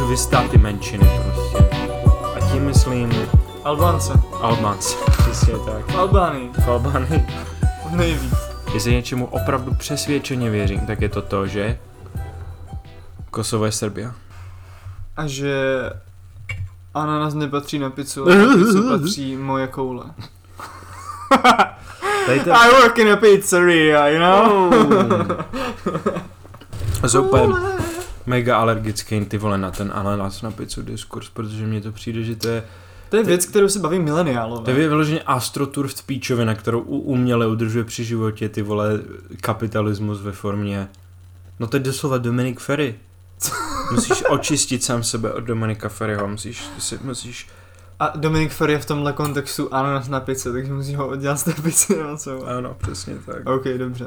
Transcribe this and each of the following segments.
vystát ty menšiny prostě. A tím myslím... Albánce. Přesně tak. V Albánii. Nejvíc. Jestli něčemu opravdu přesvědčeně věřím, tak je to, že Kosovo je Srbia. A že ananas nepatří na pizzu, a na pizzu patří moje koule. I work in a pizzeria, you know? Jsem úplně mega alergický, ty vole, na ten ananas na pizzu diskurs, protože mně to přijde, že to je... To je věc, kterou se baví mileniálové. To je vyloženě astroturf píčovina, kterou uměle udržuje při životě, ty vole, kapitalismus ve formě... No to je doslova Dominic Ferry. Musíš očistit sám sebe od Dominika Ferryho, musíš... A Dominic Ferry je v tomhle kontextu ananas na pizze, takže musíš ho oddělat z té pizzy nebo co? Ano, přesně tak. OK, dobře.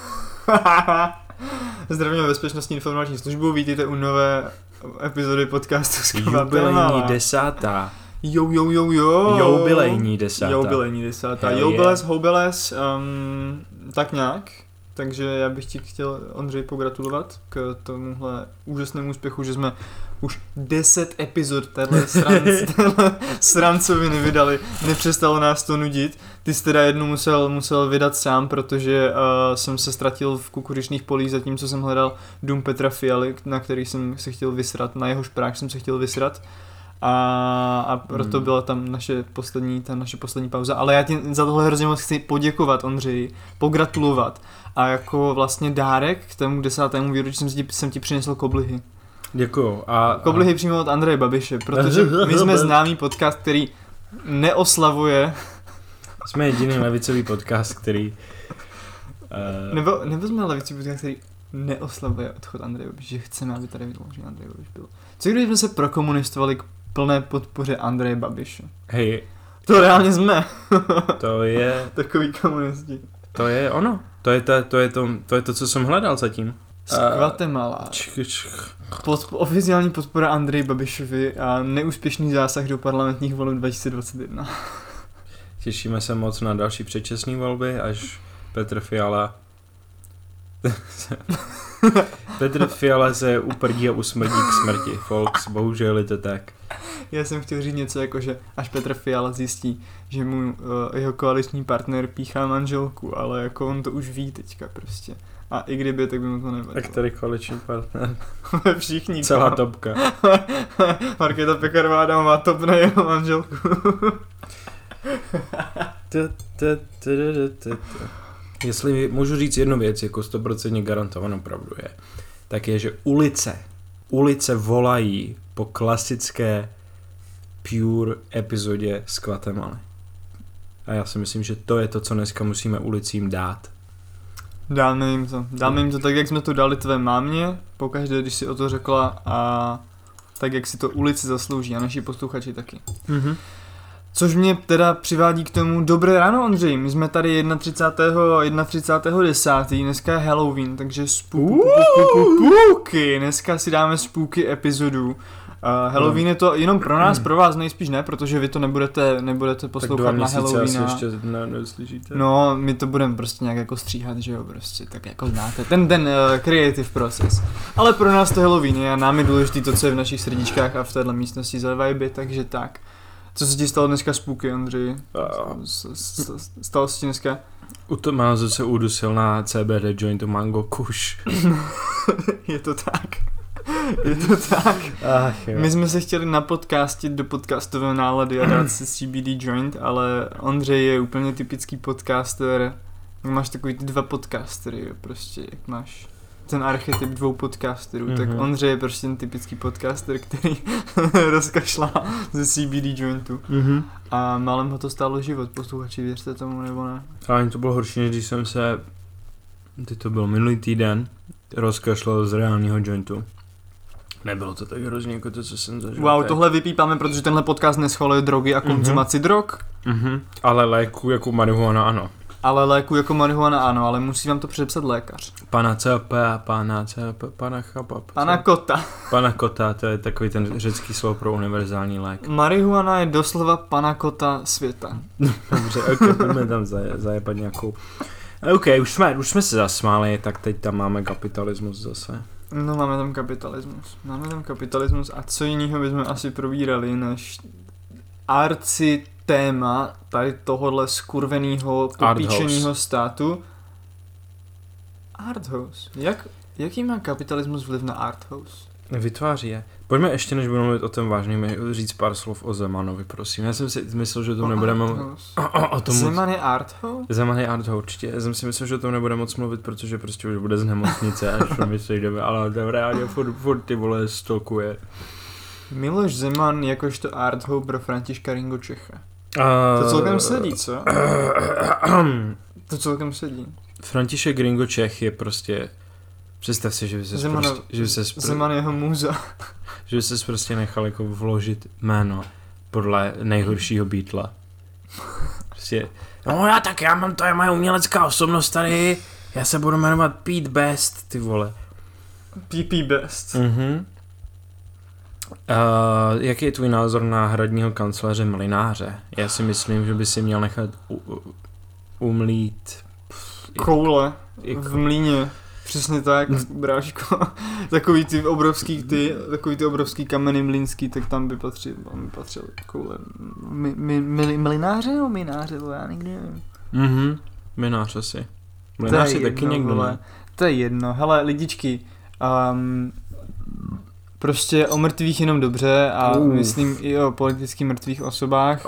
Zdravíme Bezpečnostní informační službu, vítejte u nové epizody podcastu s Jubilejní 10. Jo. Jubilejní 10. Jubiles, houbiles, tak nějak. Takže já bych ti chtěl, Ondřej, pogratulovat k tomuhle úžasnému úspěchu, že jsme už 10 epizod téhle srancoviny vydali, nepřestalo nás to nudit. Ty jsi teda jednu musel vydat sám, protože jsem se ztratil v kukuřičných polích, zatímco jsem hledal dům Petra Fialy, na který jsem se chtěl vysrat, na jehož práh jsem se chtěl vysrat. A proto byla tam naše poslední pauza, ale já ti za tohle hrozně moc chci poděkovat, Ondřeji, pogratulovat a jako vlastně dárek k tomu 10. výročí jsem ti přinesl koblihy. Děkuju. Koblihy přímo od Andreje Babiše, protože my jsme známý podcast, který neoslavuje. Jsme jediný levicový podcast, který... Nebo jsme levicový podcast, který neoslavuje odchod Andreje Babiše, že chceme, aby tady vyložený Andrej Babiš byl. Co když jsme se prokomunistovali k plné podpoře Andreje Babiše? Hej. To reálně jsme. To je... Takový komunisti. To je ono. To je to, co jsem hledal zatím. Z Guatemala. Oficiální podpora Andreji Babišovi a neúspěšný zásah do parlamentních voleb 2021. Těšíme se moc na další předčasné volby, až Petr Fiala se uprdí a usmrdí k smrti, folks, bohužel je to tak. Já jsem chtěl říct něco jako, že až Petr Fiala zjistí, že mu jeho koaliční partner píchá manželku, ale jako on to už ví teďka prostě. A i kdyby, tak by mu to nevadilo. A který koaliční partner? Všichni. Celá topka. Markéta Pekarová Adamová top na jeho manželku. Jestli můžu říct jednu věc, jako 100% garantovanou pravdu je, tak je, že ulice volají po klasické pure epizodě z Guatemaly. A já si myslím, že to je to, co dneska musíme ulicím dát. Dáme jim to tak, jak jsme to dali tvé mámě, pokaždé, když si o to řekla, a tak, jak si to ulici zaslouží a naši posluchači taky. Mhm. Což mě teda přivádí k tomu, dobré ráno, Ondřej, my jsme tady 31.10. Dneska je Halloween, takže spooky, dneska si dáme spooky epizodu. Halloween je to jenom pro nás, pro vás nejspíš ne, protože vy to nebudete poslouchat na Halloween. Tak 2 měsíce asi ještě neslyšíte. No, my to budeme prostě nějak jako stříhat, že jo, prostě, tak jako znáte, ten creative process. Ale pro nás to Halloween je a nám je důležitý to, co je v našich srdíčkách a v téhle místnosti za vibe, takže tak. Co se ti stalo dneska spooky, Ondřej? Stalo se ti dneska? U Tomáze se udusil na CBD jointu Mango Kush. Je to tak. My jsme se chtěli napodcastit do podcastového nálady a dát si CBD joint, ale Ondřej je úplně typický podcaster. Jak máš takový ty 2 podcastery, jo, prostě, jak máš ten archetyp 2 podcasterů, tak Ondřej je prostě ten typický podcaster, který rozkašlá ze CBD jointu. A málem ho to stálo život, posluchači, věřte tomu nebo ne? Ale to bylo horší, než když jsem se, to byl minulý týden, rozkašlal z reálního jointu. Nebylo to tak hrozně jako to, co jsem zažil. Wow, tohle vypípáme, protože tenhle podcast neschvaluje drogy a konzumaci drog. Ale léku jako marihuana ano. Ale musí vám to předepsat lékař. Pana kota, to je takový ten řecký slovo pro univerzální lék. Marihuana je doslova pana kota světa. Dobře, pojďme tam zajebat nějakou. Už jsme se zasmáli, tak teď tam máme kapitalismus zase. No máme tam kapitalismus a co jiného bychom asi probírali než arci téma tady tohohle skurvenýho popíčenýho státu. Arthouse. Jaký má kapitalismus vliv na Arthouse? Vytváří je. Pojďme ještě, než budeme mluvit o tom vážným, říct pár slov o Zemanovi, prosím. Já jsem si myslel, že to nebudeme o tom Zeman je Arthouse? Zeman je Arthouse, určitě. Já jsem si myslel, že o tom nebudeme moc mluvit, protože prostě už bude z nemocnice, až my se jdeme, ale to v reálně furt ty vole stokuje. Miloš Zeman jakožto Arthouse pro Františka Ringo Čecha. To celkem sedí, co? To celkem sedí. František Ringo Čech je prostě... Představ si, že by se Zeman jeho muza. Že by se prostě nechal jako vložit jméno podle nejhoršího Beatla. Prostě, no já mám, to je moje umělecká osobnost tady, já se budu jmenovat Pete Best, ty vole. PP Best. Jaký je tvůj názor na hradního kancléře Mlynáře? Já si myslím, že by si měl nechat umlít koule v mlýně. Přesně tak, bráško. Takový ty obrovský kameny mlýnský, tak tam by patřil koule. Mlynáře nebo mináře, já nikdy nevím. Minář asi. Mlynář je taky někdo, ne? To je jedno. Hele, lidičky, prostě o mrtvých jenom dobře a myslím i o politicky mrtvých osobách.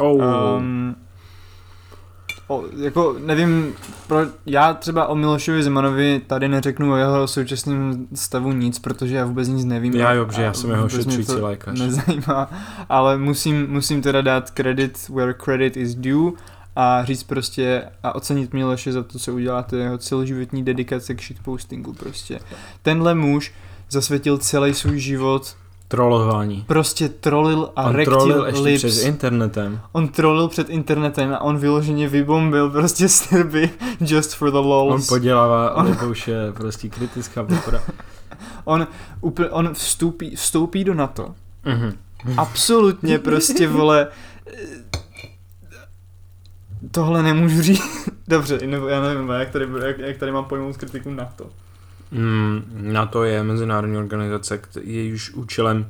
Jako nevím, já třeba o Milošovi Zemanovi tady neřeknu o jeho současném stavu nic, protože já vůbec nic nevím. Já jsem jeho šetřující lékař. Nezajímá, ale musím teda dát credit where credit is due a říct prostě a ocenit Miloše za to, co uděláte, jeho celoživotní dedikace k shitpostingu prostě. Tenhle muž zasvětil celý svůj život trollování. Prostě trolil a rektil trolil ještě lips. Před internetem. On trolil před internetem a on vyloženě vybombil prostě Srby just for the lols. On podělává Libouše, prostě kritická podpora. on vstoupí do NATO. Absolutně prostě, vole, tohle nemůžu říct. Dobře, nebo já nevím, jak tady mám pojmout kritiku NATO. NATO je mezinárodní organizace, jejíž účelem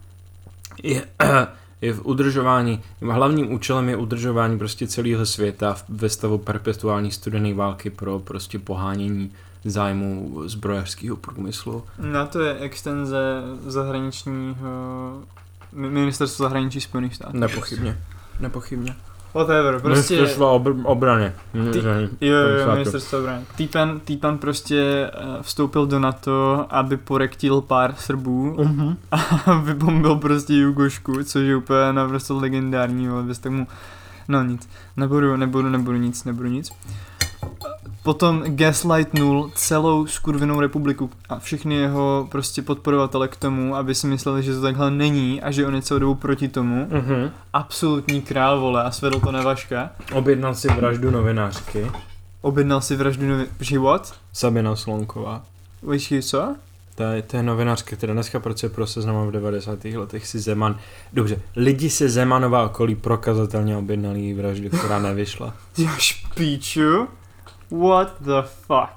je v udržování, hlavním účelem je udržování prostě celého světa ve stavu perpetuální studené války pro prostě pohánění zájmu zbrojařského průmyslu. NATO je extenze zahraničního ministerstva zahraničí Spojených států. Nepochybně. Whatever, prostě... Ministerstva obrany. Jo, ministerstvo obrany. Týpan prostě vstoupil do NATO, aby porektil pár Srbů a vybombil prostě Jugošku, což je úplně naprosto legendární, ale bez tomu... No nic, nebudu nic. Potom gaslightnul celou skurvenou republiku a všechny jeho prostě podporovatele k tomu, aby si mysleli, že to takhle není a že on je celou dobu proti tomu. Absolutní král, vole, a svedl to na Vaška. Objednal si vraždu novinářky. Počkej, what? Sabina Slonková. Počkej, co? To je novinářka, která dneska pracuje pro Seznam v 90. letech si Zeman. Dobře, lidi se Zemanova okolí prokazatelně objednali její vraždu, která nevyšla. Já špíču? What the fuck?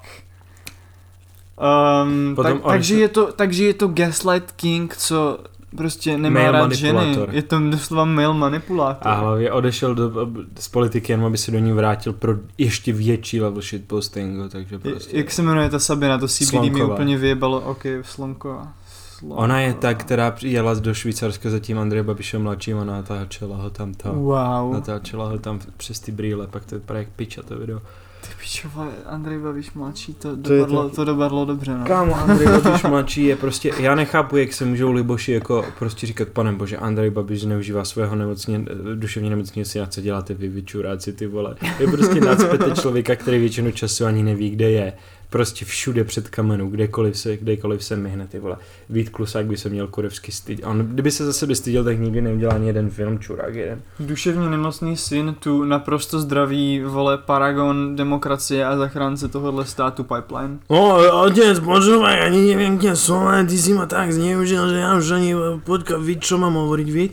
Takže je to Gaslight King, co prostě nemá rád ženy. Je to doslova male manipulátor. A hlavně odešel z politiky, jenom aby se do ní vrátil pro ještě větší level shitpostingu, takže prostě... Jak se jmenuje ta Sabina? To CBD mi úplně vyjebalo. Ok, Slonková. Ona je ta, která jela do Švýcarska za tím Andrejem Babišem mladším a natáčela ho tam přes ty brýle, pak to vypadá jak piča to video. Ty pičova, Andrej Babiš mladší, to dopadlo dobře, no. Kámo, Andrej Babiš mladší je prostě, já nechápu, jak se můžou liboši jako prostě říkat, pane bože, Andrej Babiš zneužívá svého duševně nemocného syna, co děláte vy, vyčuráci, ty vole. Je prostě nacpete člověka, který většinu času ani neví, kde je. Prostě všude před kamenou, kdekoliv se myhne, ty vole. Vít Klusák by se měl kurevsky stydět. On kdyby se zase styděl, tak nikdy neudělal ani jeden film, čurák jeden. Duševně nemocný syn, tu naprosto zdravý, vole, paragon demokracie a zachránce tohohle státu Pipeline. Otec, počúvaj, ani neviem, kde som, ale ty si ma tak zneužil, že já už ani víš, čo mám hovoriť, víš?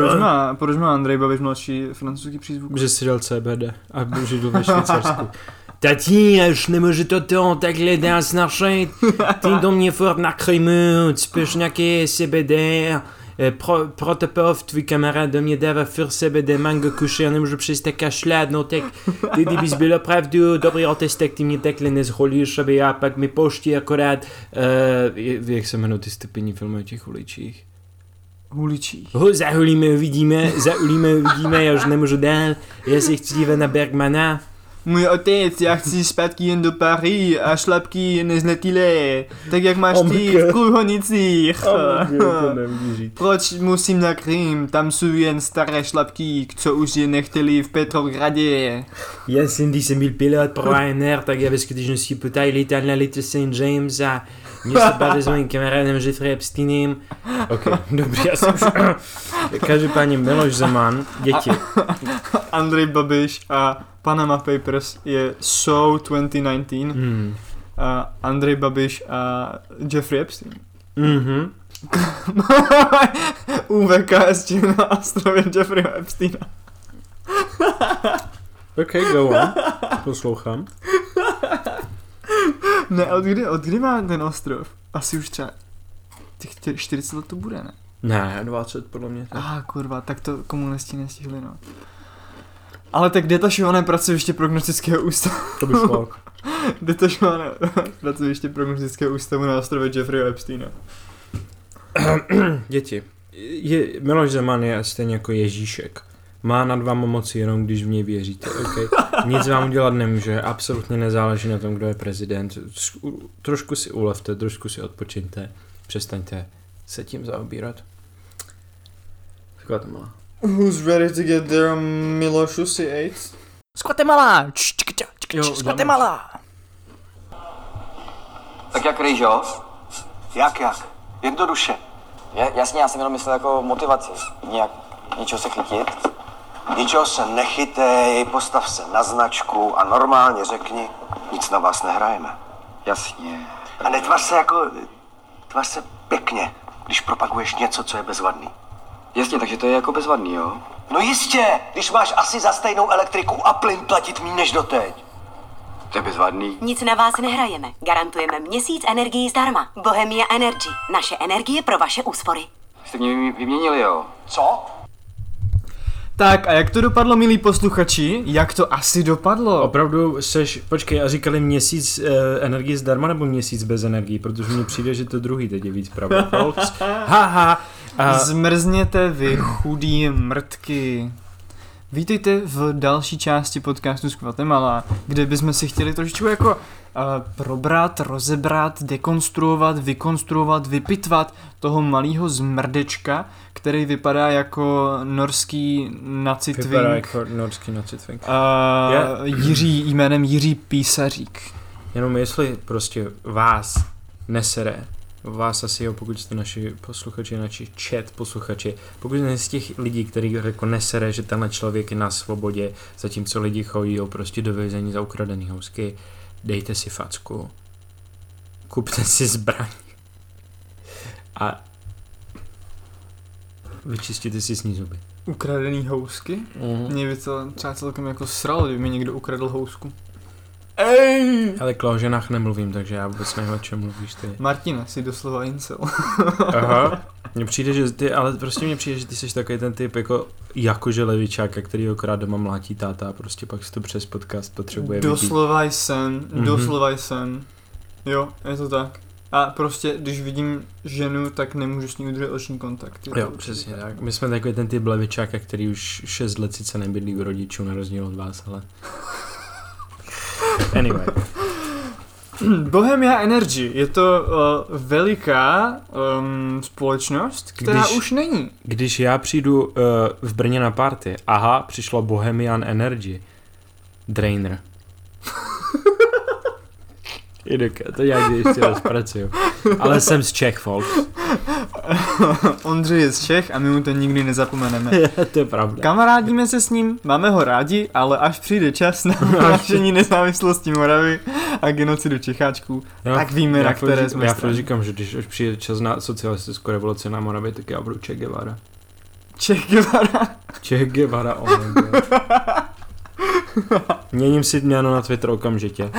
Proč má Andrej Babiš mladší francouzský přízvuk? Že si dal CBD a žil ve Švýcarsku. Tati, já už nemůžu toto takhle dál snažit. Ty do mě furt na krému, spíš nějaké CBD. Protopov, tvůj kamarád do mě dává furt CBD, mango kuše, já nemůžu přestat kašlat, no tak ty kdybys byl opravdu dobrý otec, tak ty mě takhle nezholíš, aby já pak mi poští akorát, jak se jmenují ty stupení filmy o těch uličích? Huličích. Zaulíme, uvidíme, já už nemůžu dál, já se chci dívat na Bergmana. Můj otec, já chci zpátky jen do Paris a šlapky nezletilé, tak jak máš ty v Průhonicích. Proč musím na Krym, tam jsou jen staré šlapky, co už je nechtěli v Petrogradě. Já jsem, když jsem byl pilot pro Ryanair, tak já ve skutečnosti potaj lítal na letu St. James a mě se bavil s mojím kamarádem Jeffrey Epsteinem. Ok, dobrý, já jsem už... Každopádně Miloš Zeman, děti. Andrej Babiš a Panama Papers je So 2019. Andrej Babiš a Jeffrey Epstein. Mhm. UVKSČ na ostrově Jeffrey Epsteina. Ok, go on. Poslouchám. Ne, od kdy má ten ostrov? Asi už třeba těch 40 let to bude, ne? Ne, 20 podle mě. Kurva, tak to komunisti nestihli, no. Ale tak detašované pracoviště prognostického ústavu. To by šlo. Detašované pracoviště prognostického ústavu na ostrově Jeffreyho Epsteina. Děti. Miloš Zeman je stejně jako Ježíšek. Má nad váma moci jenom, když v něj věříte, okay? Nic vám udělat nemůže, absolutně nezáleží na tom, kdo je prezident. Trošku si ulevte, trošku si odpočiňte, přestaňte se tím zaobírat. Taková to malá. Who's ready to get their Milošusy AIDS? Z Guatemala! Z Guatemala! Tak jak rýžo? Jak? Jednoduše. Jasně, já jsem jenom myslel jako motivaci. Nějak něčeho se chytit. Ničeho se nechytej, postav se na značku a normálně řekni, nic na vás nehrajeme. Jasně. A tvař se pěkně, když propaguješ něco, co je bezvadný. Jasně, takže to je jako bezvadný, jo? No jistě, když máš asi za stejnou elektriku a plyn platit méně než doteď. To je bezvadný. Nic na vás nehrajeme. Garantujeme měsíc energii zdarma. Bohemia Energy. Naše energie pro vaše úspory. Jste mě vyměnili, jo? Co? Tak a jak to dopadlo, milí posluchači? Jak to asi dopadlo? Opravdu počkej, a říkali měsíc energie zdarma nebo měsíc bez energií, protože mně přijde, že to druhý teď je víc pravda, folks. Haha. Zmrzněte vy chudý mrtky. Vítejte v další části podcastu z Guatemala, kde bychom si chtěli trošičku jako probrat, rozebrat, dekonstruovat, vykonstruovat, vypitvat toho malého zmrdečka, který vypadá jako norský nacitvink. Vypadá jako norský nacitvink. Jiří, jménem Jiří Písařík. Jenom jestli prostě vás nesere, vás asi jo, pokud jste naši posluchači, naši chat posluchači, pokud jste z těch lidí, který jako nesere, že tenhle člověk je na svobodě, zatímco lidi chodí prostě do vězení za ukradený housky, dejte si facku, kupte si zbraň a vyčistíte si s ní zuby. Ukradený housky? Mě by to třeba celkem jako sralo, kdyby mi někdo ukradl housku. Ej! Ale o ženách nemluvím, takže já vůbec nevím, o čem mluvíš ty. Martina, jsi doslova incel. Aha. Mně přijde, že ty, ale prostě mně přijde, že ty jsi takový ten typ jakože levičáka, který okrát doma mlátí táta a prostě pak si to přes podcast potřebuje Doslova jsem. Jo, je to tak. A prostě, když vidím ženu, tak nemůžu s ní udržet oční kontakt. Jo, přesně tak. My jsme takový ten typ levičáka, který už 6 let sice nebydlí u rodičů, na rozdíl od vás, ale... Anyway. Bohemia Energy je to veliká společnost, která už není. Když já přijdu v Brně na party, aha, přišlo Bohemian Energy. Drainer. To já ještě raz pracuju. Ale jsem z Čech, folks. Ondřej je z Čech a my mu to nikdy nezapomeneme. To je pravda. Kamarádíme se s ním, máme ho rádi, ale až přijde čas na vyhlášení nezávislosti Moravy a genocidu Čecháčků, tak víme, na které jsme strany. Já říkám, že když až přijde čas na socialistickou revoluci na Moravě, tak já budu Che Guevara. Che Guevara? Che Guevara, oh my god. Měním si jméno na Twitter okamžitě.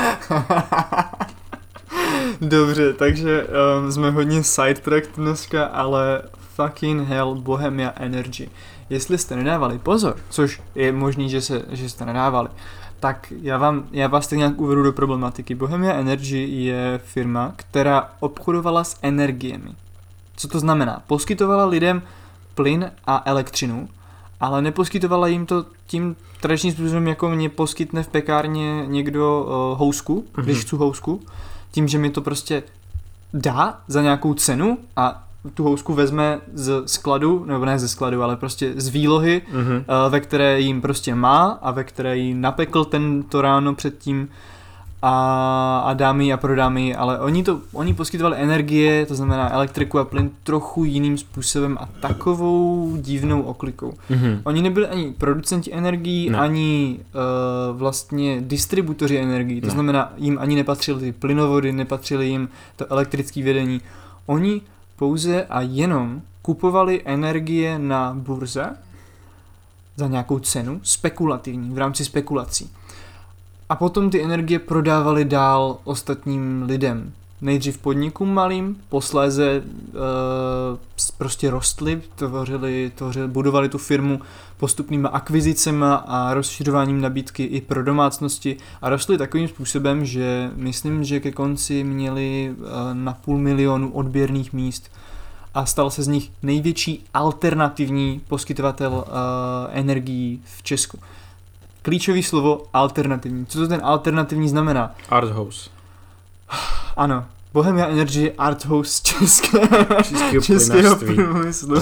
Dobře, takže jsme hodně sidetracked dneska, ale fucking hell, Bohemia Energy. Jestli jste nedávali pozor, což je možný, že jste nedávali, tak já vás tak nějak uvedu do problematiky. Bohemia Energy je firma, která obchodovala s energiemi. Co to znamená? Poskytovala lidem plyn a elektřinu, ale neposkytovala jim to tím tradičním způsobem, jako mě poskytne v pekárně někdo housku, když chci housku, tím, že mi to prostě dá za nějakou cenu a tu housku vezme z skladu, nebo ne ze skladu, ale prostě z výlohy, ve které jim prostě má a ve které jí napekl tento ráno předtím a dáme ji a prodáme ji, ale oni poskytovali energie, to znamená elektriku a plyn trochu jiným způsobem a takovou divnou oklikou. Oni nebyli ani producenti energií, ani vlastně distributoři energií, to znamená, jim ani nepatřily ty plynovody, nepatřily jim to elektrické vedení. Oni pouze a jenom kupovali energie na burze za nějakou cenu, spekulativní, v rámci spekulací. A potom ty energie prodávali dál ostatním lidem. Nejdřív podnikům malým, posléze prostě rostly, budovali tu firmu postupnýma akvizicema a rozšiřováním nabídky i pro domácnosti a rostly takovým způsobem, že myslím, že ke konci měli na 500 000 odběrných míst a stal se z nich největší alternativní poskytovatel energií v Česku. Klíčové slovo alternativní. Co to ten alternativní znamená? Arthouse. Ano. Bohemia Energy Arthouse českého průmyslu.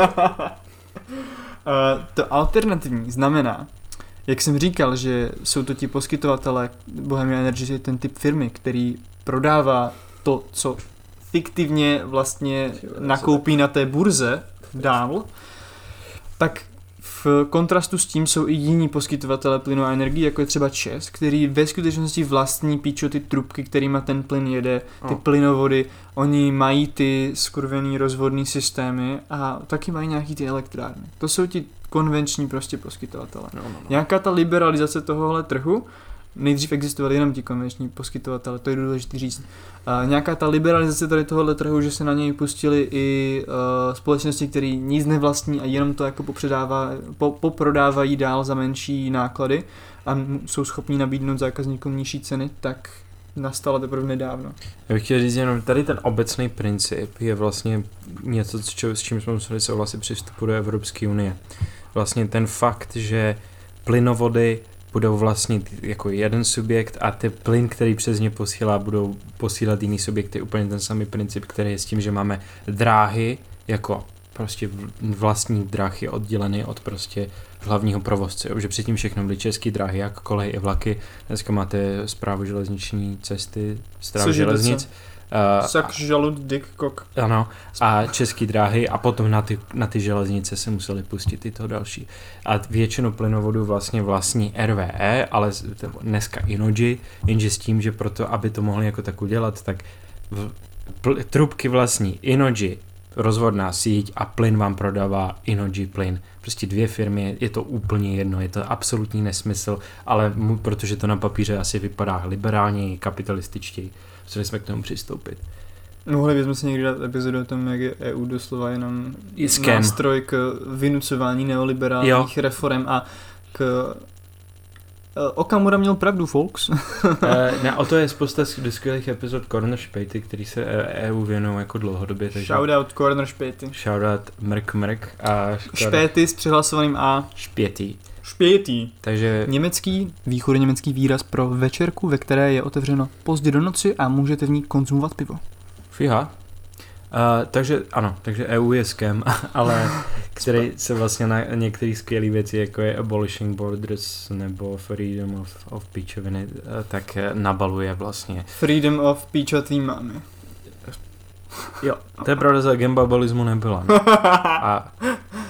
To alternativní znamená, jak jsem říkal, že jsou to ti poskytovatelé, Bohemia Energy je ten typ firmy, který prodává to, co fiktivně vlastně nakoupí na té burze dál, tak v kontrastu s tím jsou i jiní poskytovatelé plynu a energii, jako je třeba ČEZ, který ve skutečnosti vlastní píčo ty trubky, kterýma ten plyn jede, ty plynovody, oni mají ty skurvený rozvodný systémy a taky mají nějaký ty elektrárny. To jsou ti konvenční prostě poskytovatele. Nějaká ta liberalizace tohohle trhu, nejdřív existovali jenom ti konvenční poskytovatele, to je důležité říct. Nějaká ta liberalizace tady tohohle trhu, že se na něj pustili i společnosti, které nic nevlastní a jenom to jako poprodávají dál za menší náklady a jsou schopní nabídnout zákazníkům nižší ceny, tak nastalo teprve nedávno. Já bych chtěl říct jenom, tady ten obecný princip je vlastně něco, s čím jsme museli souhlasit při vstupu do Evropské unie. Vlastně ten fakt, že plynovody budou vlastnit jako jeden subjekt a ty plyn, který přes ně posílá, budou posílat jiný subjekty. Úplně ten samý princip, který je s tím, že máme dráhy, jako prostě vlastní dráh je oddělený od prostě hlavního provozce. Že předtím všechno byly české dráhy, jak kolej i vlaky. Dneska máte správu železniční cesty, správu železnic. Sak, žalud, dik, kok. Ano, a české dráhy a potom na ty železnice se museli pustit i toho další. A většinu plynovodu vlastně vlastní RWE, ale dneska Innogy, jenže s tím, že proto, aby to mohli jako tak udělat, tak trubky vlastní Innogy, rozvodná síť a plyn vám prodává Innogy plyn. Prostě dvě firmy, je to úplně jedno, je to absolutní nesmysl, ale protože to na papíře asi vypadá liberálněji, kapitalističtěji, museli jsme k tomu přistoupit. Mohli bychom si někdy dát epizodu o tom, jak je EU doslova jenom nástroj k vynucování neoliberálních reform a k... Okamura měl pravdu, folks. Ne, o to je spousta skvělých epizod Corner Špejty, který se EU věnují jako dlouhodobě. Shoutout Corner Špejty. Shoutout Mrk a Špéty s přihlasovaným A. Špětý. Takže německý, východoněmecký výraz pro večerku, ve které je otevřeno pozdě do noci a můžete v ní konzumovat pivo. Fíha. Takže ano, takže EU je scam, ale který se vlastně na některé skvělé věci, jako je abolishing borders nebo freedom of píčoviny, tak nabaluje vlastně. Freedom of píčatý máme. Jo, to je pravda, za gambabalismu nebyla. Ne? A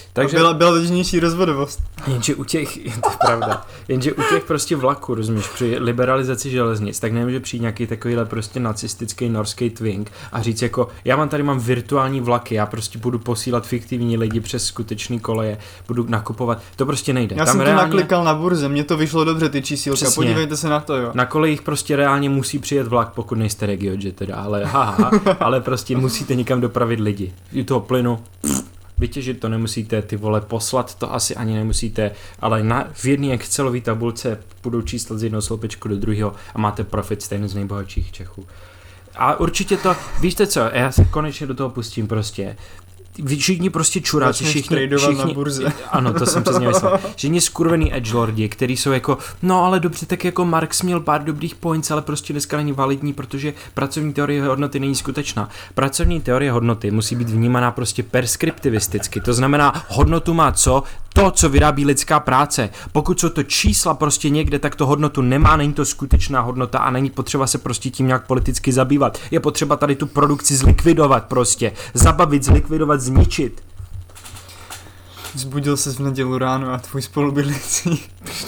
Takže byla levnější rozvodovost. jenže u těch, to je pravda, jenže u těch prostě vlaků, rozumíš, při liberalizaci železnic, tak nemůže přijít nějaký takovýhle prostě nacistický norský twink a říct jako, tady mám virtuální vlaky, já prostě budu posílat fiktivní lidi přes skutečný koleje, budu nakupovat, to prostě nejde. Já tam jsem reálně, to naklikal na burze, mně to vyšlo dobře, ty čísílka, Přesně. podívejte se na to, jo. Na kolejích prostě reálně musí přijet vlak, pokud nejste RegioJet teda, ale ale prostě musíte někam dopravit lidi. U toho plynu, vytěžit to nemusíte, ty vole, poslat to asi ani nemusíte, ale v jedné Excelové tabulce budou čísla z jednoho sloupečku do druhého a máte profit stejně z nejbohatších Čechů. A určitě to, víte co, já se konečně do toho pustím prostě. Všichni prostě čuráci, všichni na burze. Ano, to jsem přesně myslel. Všichni skurvený edgelordi, který jsou jako, no ale dobře, tak jako Marx měl pár dobrých points, ale prostě dneska není validní, protože pracovní teorie hodnoty není skutečná. Pracovní teorie hodnoty musí být vnímaná prostě perskriptivisticky, to znamená, hodnotu má co? To, co vyrábí lidská práce. Pokud jsou to čísla prostě někde, tak to hodnotu nemá, není to skutečná hodnota a není potřeba se prostě tím nějak politicky zabývat. Je potřeba tady tu produkci zlikvidovat prostě. Zabavit, zlikvidovat, zničit. Zbudil ses v neděli ráno a tvůj spolubydlící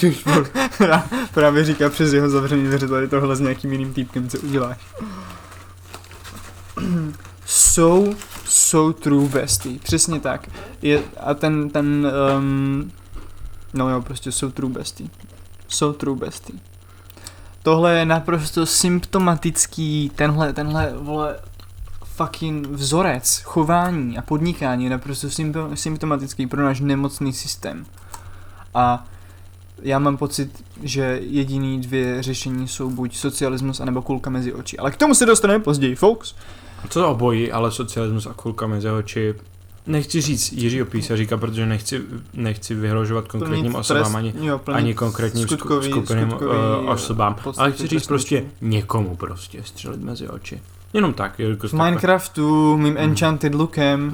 právě říká přes jeho zavřený dveře tady tohle s nějakým jiným týpkem, co uděláš. So true bestie, přesně tak. A no jo, prostě so true bestie. Tohle je naprosto symptomatický, tenhle vole fucking vzorec chování a podnikání je naprosto symptomatický pro náš nemocný systém. A já mám pocit, že jediný dvě řešení jsou buď socialismus anebo kulka mezi oči. Ale k tomu se dostaneme později, folks. Co obojí, ale socialismus a kulka mezi oči. Nechci říct Jiřího Písaříka, protože nechci vyhrožovat konkrétním osobám ani konkrétním skupiným osobám, ale chci říct prostě někomu prostě střelit mezi oči. Jenom tak. Jako v Minecraftu, mým enchanted lookem.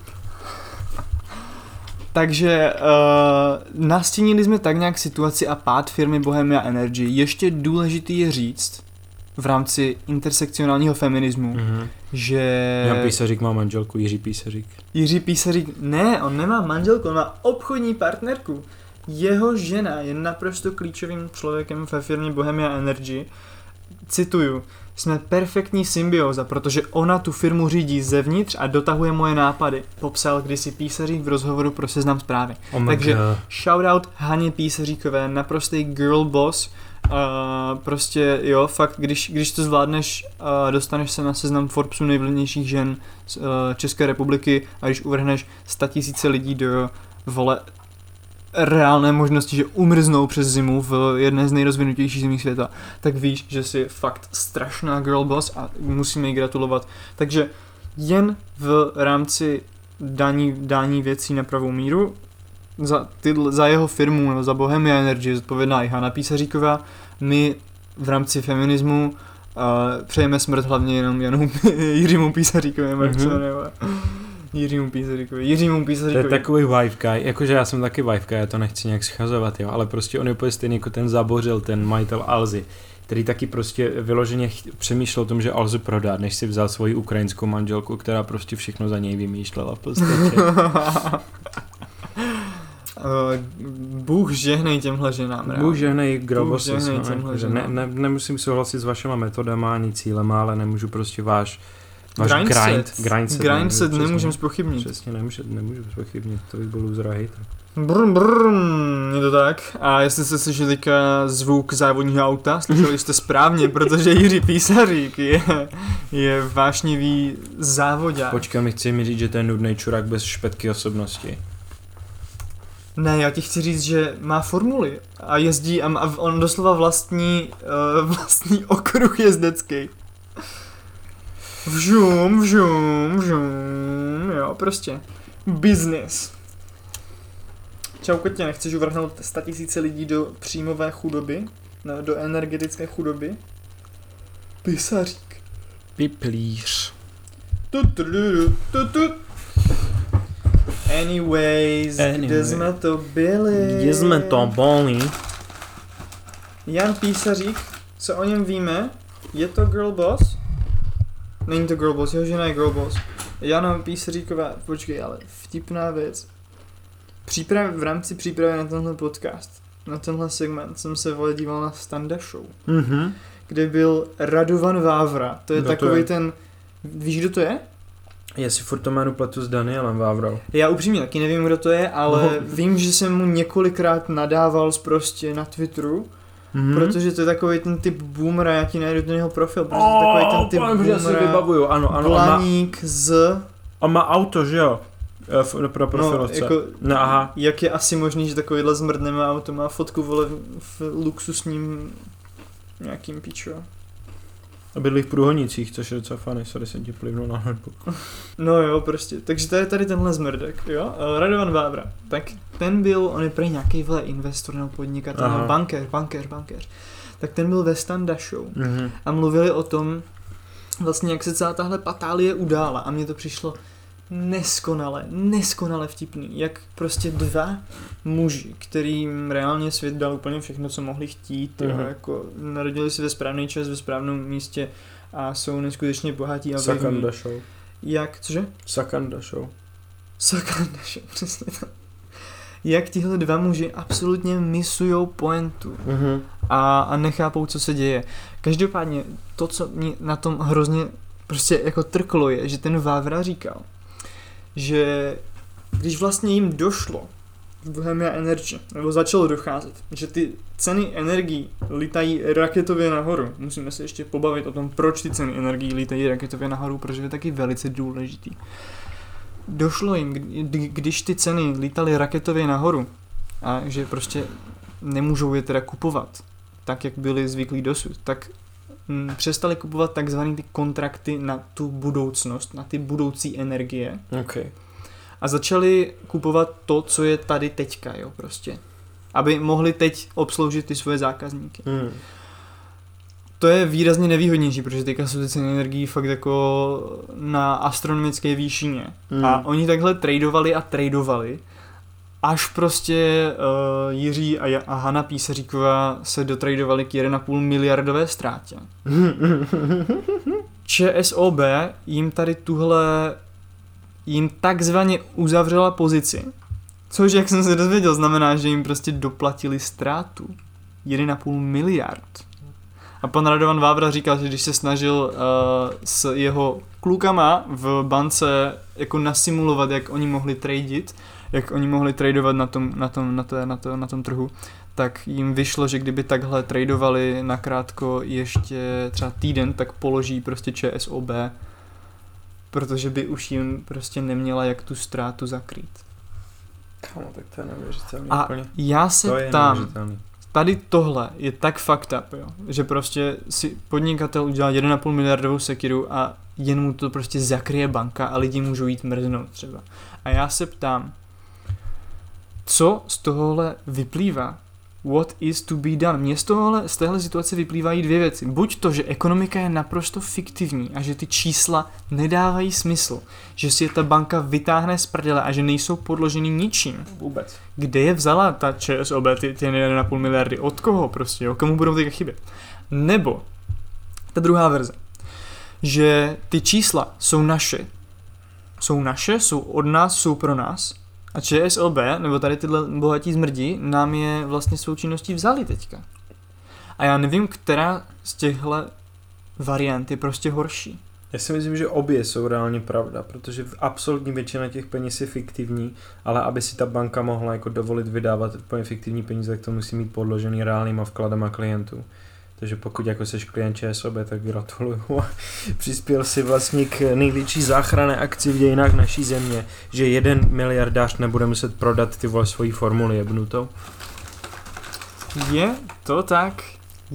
Takže nastínili jsme tak nějak situaci a pád firmy Bohemia Energy. Ještě důležitý je říct v rámci intersekcionálního feminismu, že... Jan Písařík má manželku, Jiří Písařík. Jiří Písařík, ne, on nemá manželku, on má obchodní partnerku. Jeho žena je naprosto klíčovým člověkem ve firmě Bohemia Energy. Cituju, jsme perfektní symbioza, protože ona tu firmu řídí zevnitř a dotahuje moje nápady, popsal kdysi Písařík v rozhovoru pro Seznam Zprávy. Takže shoutout Haně Písaříkové, naprostý girl boss. Prostě jo, fakt, když to zvládneš, dostaneš se na seznam Forbesu nejvlivnějších žen z České republiky a když uvrhneš 100 000 lidí do vole reálné možnosti, že umrznou přes zimu v jedné z nejrozvinutějších zemí světa, tak víš, že jsi fakt strašná girl boss a musíme jí gratulovat. Takže jen v rámci dání věcí na pravou míru za jeho firmu nebo za Bohemia Energy zodpovědná i Hana Písaříková. My v rámci feminismu přejeme smrt hlavně jenom Jiřímu Písaříkovi, Jiřímu Písaříkovi. To je takový wife guy, jakože já jsem taky wife guy, já to nechci nějak schazovat, jo, ale prostě on je úplně stejný jako ten Zabořil, ten majitel Alzy, který taky prostě vyloženě přemýšlel o tom, že Alzu prodá, než si vzal svoji ukrajinskou manželku, která prostě všechno za něj vymýšlela v podstatě. Bůh žehnej těmhle ženám. Bůh žehnej Grobosys. Nemusím souhlasit s vašima metodama ani cílema, ale nemůžu prostě váš grindset nemůžem zpochybnit. Přesně, nemůžu zpochybnit, to by byl loser hit. Je to tak. A jestli jste slyšeli zvuk závodního auta, slyšeli jste správně, protože Jiří Písařík je vášnivý závodák. Počkej, mi chci mi říct, že to je nudnej čurák bez špetky osobnosti. Ne, já ti chci říct, že má formuly a jezdí a on doslova vlastní okruh jezdecký. Vžum, jo, prostě. Business. Čau Kotě, nechceš uvrhnout 100 000 lidí do příjmové chudoby? Do energetické chudoby? Písařík. Piplíř. Anyways, kde jsme to byli? Jan Písařík, co o něm víme? Je to girl boss? Není to girl boss, jeho žena je girl boss. Jana Písaříková, počkej, ale vtipná věc. v rámci přípravy na tenhle podcast, na tenhle segment jsem se díval na Standa Show, kde byl Radovan Vávra. To je takový ten, víš, kdo to je? Jestli furt to jméno pletu s Danielem Vávrou. Já upřímně taky nevím, kdo to je, ale vím, že jsem mu několikrát nadával prostě na Twitteru, protože to je takový ten typ boomera, já ti najdu ten jeho profil, protože to je takový ten typ boomera, ano, blaník z... On má auto, že jo? Pro profilovce. No, jako, no, aha. Jak je asi možný, že takovýhle zmrd nemá auto, má fotku, vole, v luxusním nějakým píčo. A bydlí v Průhonicích, což je docela fajn, sorry, jsem ti plivnul na hledbu. No jo, prostě. Takže to je tady tenhle zmrdek, jo? Radovan Vávra. Tak ten byl, on je prý nějaký vole investor nebo podnikatel, no, bankér. Tak ten byl ve Standa Show. A mluvili o tom, vlastně jak se celá tahle patálie udála. A mně to přišlo neskonale vtipný. Jak prostě dva muži, kterým reálně svět dal úplně všechno, co mohli chtít, jo, jako narodili se ve správný čas, ve správném místě a jsou neskutečně bohatí a Sakanda Show. Jak, cože? Sakanda Show, přesně tak. Jak tihle dva muži absolutně misujou pointu a nechápou, co se děje. Každopádně to, co mě na tom hrozně prostě jako trklo, je, že ten Vávra říkal, že když vlastně jim došlo v Bohemia Energy, nebo začalo docházet, že ty ceny energií lítají raketově nahoru. Musíme se ještě pobavit o tom, proč ty ceny energií lítají raketově nahoru, protože je taky velice důležitý. Došlo jim, když ty ceny lítaly raketově nahoru a že prostě nemůžou je teda kupovat tak, jak byli zvyklí dosud, tak přestali kupovat takzvaný ty kontrakty na tu budoucnost, na ty budoucí energie. Okay. A začali kupovat to, co je tady teďka, jo, prostě. Aby mohli teď obsloužit ty svoje zákazníky. To je výrazně nevýhodnější, protože teďka jsou ty ceny energií fakt jako na astronomické výšině. A oni takhle tradovali, až prostě Jiří a Hana Písaříková se dotradovali k 1,5 miliardové ztrátě. ČSOB jim tady jim takzvaně uzavřela pozici, což, jak jsem se dozvěděl, znamená, že jim prostě doplatili ztrátu 1,5 miliard. A pan Radovan Vávra říkal, že když se snažil s jeho klukama v bance jako nasimulovat, jak oni mohli tradit, jak oni mohli tradovat na tom trhu, tak jim vyšlo, že kdyby takhle tradovali nakrátko ještě třeba týden, tak položí prostě ČSOB, protože by už jim prostě neměla jak tu ztrátu zakrýt. Kámo, tak to je neuvěřitelný. A úplně. já se tam, tady tohle je tak fucked up, jo, že prostě si podnikatel udělá 1,5 miliardovou sekiru a jen mu to prostě zakryje banka a lidi můžou jít mrznout třeba. A já se ptám, co z tohohle vyplývá? What is to be done? Mně z téhle situace vyplývají dvě věci. Buď to, že ekonomika je naprosto fiktivní a že ty čísla nedávají smysl, že si je ta banka vytáhne z prdele a že nejsou podložený ničím. Vůbec. Kde je vzala ta ČSOB ty 1,5 miliardy? Od koho prostě? Jo? Komu budou teďka chybět? Nebo ta druhá verze, že ty čísla jsou naše, jsou od nás, jsou pro nás, a ČSOB, nebo tady tyhle bohatí zmrdi, nám je vlastně svou činností vzali teďka. A já nevím, která z těchto variant je prostě horší. Já si myslím, že obě jsou reálně pravda, protože absolutní většina těch peněz je fiktivní, ale aby si ta banka mohla jako dovolit vydávat úplně fiktivní peníze, tak to musí mít podložený reálnýma vkladama klientů. Takže pokud jako seš klient ČSOB, tak gratuluju. Přispěl si vlastně k největší záchranné akci v dějinách naší země, že 1 miliardář nebude muset prodat ty vole svoji formuli jebnutou. Je to tak.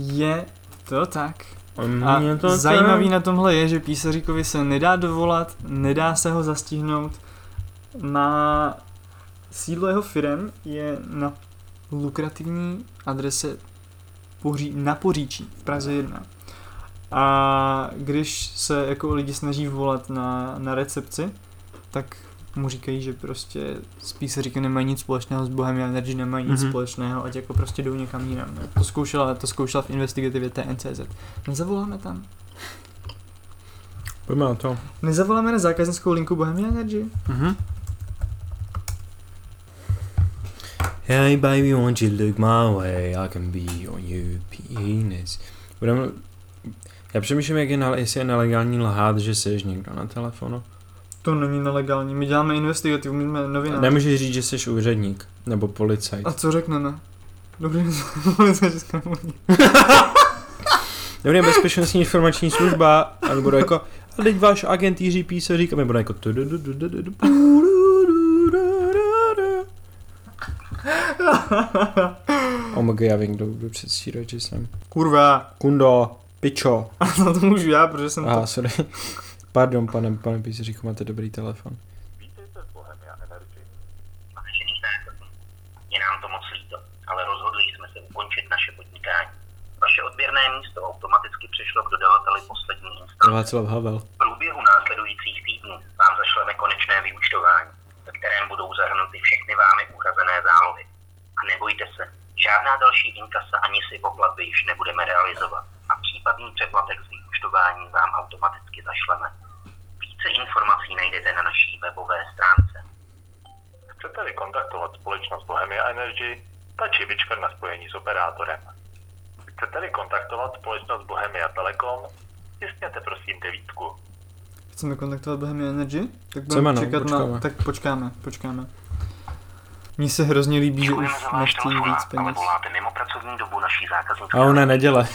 A zajímavý na tomhle je, že Písaříkovi se nedá dovolat, nedá se ho zastihnout. Na sídlo jeho firem je na lukrativní adrese na Poříčí v Praze 1. A když se jako lidi snaží volat na recepci, tak mu říkají, že prostě s Písaříkem nemají nic společného, s Bohemia Energy nemají nic společného, ať jako prostě jdou někam jinam. To zkoušela v investigativě TNCZ. Nezavoláme tam? Pojďme na to. Nezavoláme na zákaznickou linku Bohemia Energy? Hey baby, won't you look my way, I can be on your penis. Já přemýšlím, jestli je nelegální lhát, že seš někdo na telefonu. To není nelegální, my děláme investigativu, my jsme novináři. Nemůžeš říct, že jsi úředník, nebo policajt. A co řekneme? Dobrý, policie Česká republika. Dobrý, bezpečnostní informační služba, a nebo jako, a teď váš agent Jiří Písařík, a my bude jako omg, já vím, kdo předstírat, že jsem. Kurva. Kundo, pičo. A to můžu já, protože jsem Aha, sorry. Pardon, pane Písaříku, máte dobrý telefon. Vítejte v Bohemia Energy. Vážení zákazníci, je nám to moc líto, ale rozhodli jsme se ukončit naše podnikání. Vaše odběrné místo automaticky přešlo k dodavateli poslední instance. Václav Havel. V průběhu následujících týdnů vám zašleme konečné vyúčtování, ve kterém budou zahrnuty všechny vámi uhrazené zálohy. A nebojte se, žádná další inkasa ani si poplatby již nebudeme realizovat a případný přeplatek z vyúčtování vám automaticky zašleme. Více informací najdete na naší webové stránce. Chcete-li kontaktovat společnost Bohemia Energy, stačí vyčkat na spojení s operátorem. Chcete-li kontaktovat společnost Bohemia Telekom, stiskněte prosím 9. Chceme kontaktovat Bohemia Energy? Tak Chceme, budeme no, čekat počkáme. na... Tak počkáme. Mně se hrozně líbí, že už nechtějí víc peněz. voláte mimo pracovní dobu naší zákaznické. A ona neděle.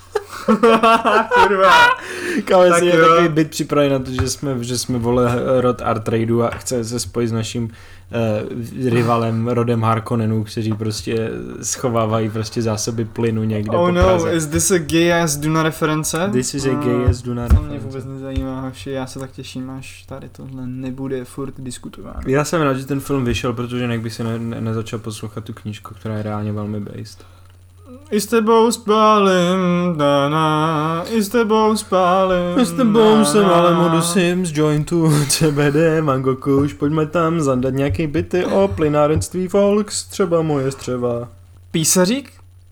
Kurva. Káme Tak si je jo. takový byt připravený na to, že jsme vole rod Artradu a chce se spojit s naším rivalem rodem Harkonnenů, kteří prostě schovávají prostě zásoby plynu někde Oh po no, Praze. is this a gay ass Duna reference? This is a gay ass Duna To mě reference. vůbec nezajímá, hoši, já se tak těším, až tady tohle nebude furt diskutováno. Já jsem rád, že ten film vyšel, protože jinak by si nezačal poslouchat tu knížku, která je reálně velmi based. I s tebou spálím, dana, i s tebou spálím, S tebou jsem ale modusím z jointu, CBD, mango kuš, pojďme tam zandat nějaký byty o plynárenství Volks, třeba moje střeva. Písařík?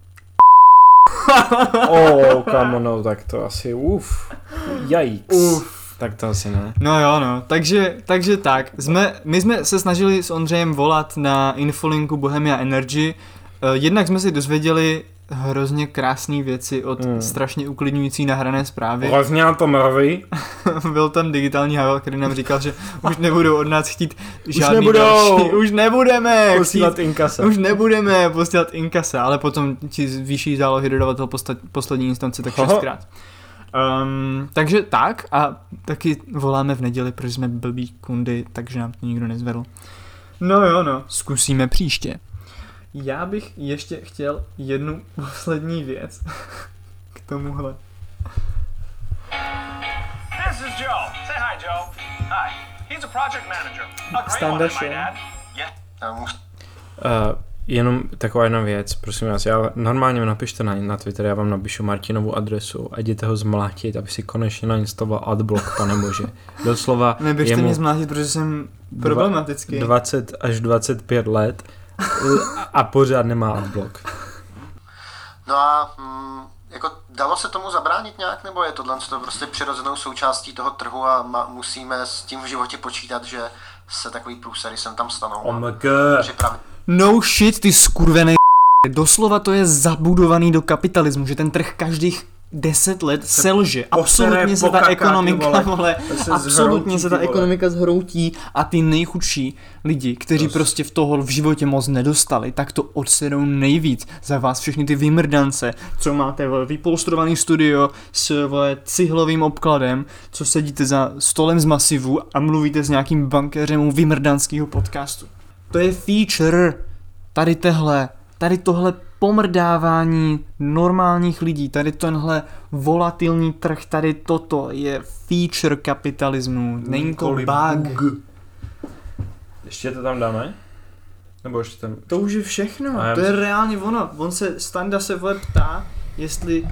Kamo, no, tak to asi, jajks. Tak to asi ne. No jo, no, takže tak, my jsme se snažili s Ondřejem volat na infolinku Bohemia Energy, jednak jsme si dozvěděli hrozně krásné věci od strašně uklidňující nahrané zprávy. Hrozně to mraví. Byl tam digitální Havel, který nám říkal, že už nebudou od nás chtít žádný nebudou. další, už nebudeme Posílat inkasa. Už nebudeme posílat inkasa, ale potom ti vyšší zálohy dodavatel poslední instance tak 6krát. Takže tak a taky voláme v neděli, protože jsme blbý kundy, takže nám to nikdo nezvedl. No jo, no. Zkusíme příště. Já bych ještě chtěl jednu poslední věc k tomuhle. This is Joe. Say hi, Joe. Hi. He's a project manager. A great Standa one, I show. might add. Yeah. Jenom taková jedna věc, prosím vás, já normálně mi napište na Twitter, já vám napíšu Martinovu adresu a jděte ho zmlátit, aby si konečně nainstaloval adblock, pane bože. Doslova Neběžte mě zmlátit, protože jsem problematický. 20 až 25 let a pořád nemá adblock. No a jako dalo se tomu zabránit nějak, nebo je tohle prostě přirozenou součástí toho trhu a musíme s tím v životě počítat, že se takový průsery sem tam stanou? Připravit. No shit, ty skurvený doslova to je zabudovaný do kapitalismu, že ten trh každých 10 let selže. Absolutně se ta ekonomika, vole, absolutně se ta ekonomika zhroutí a ty nejchudší lidi, kteří prostě v toho v životě moc nedostali, tak to odsedou nejvíc za vás všechny ty vymrdance, co máte vypolstrovaný studio s cihlovým obkladem, co sedíte za stolem z masivu a mluvíte s nějakým bankéřem u vymrdanského podcastu. To je feature tady tohle pomrdávání normálních lidí, tady tenhle volatilní trh, tady toto je feature kapitalismu, není to bug. Ještě to tam dáme? Nebo ještě tam... To už je všechno, to je reálně ono, Standa se ptá, jestli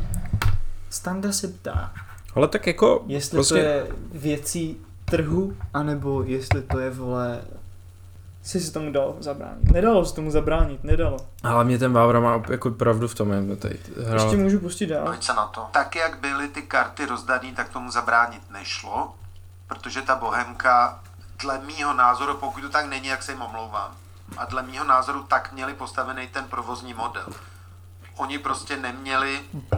Ale tak jako... jestli prostě... to je věcí trhu, anebo jestli to je, vole, si tomu dalo zabránit. Nedalo se tomu zabránit, nedalo. Ale mě ten Vávra má jako pravdu v tom, jak tady hrál. Ještě můžu pustit dál. Pojď se na to. Tak jak byly ty karty rozdaný, tak tomu zabránit nešlo, protože ta Bohemka, dle mýho názoru, pokud to tak není, jak se jim omlouvám, a dle mýho názoru tak měli postavený ten provozní model. Oni prostě neměli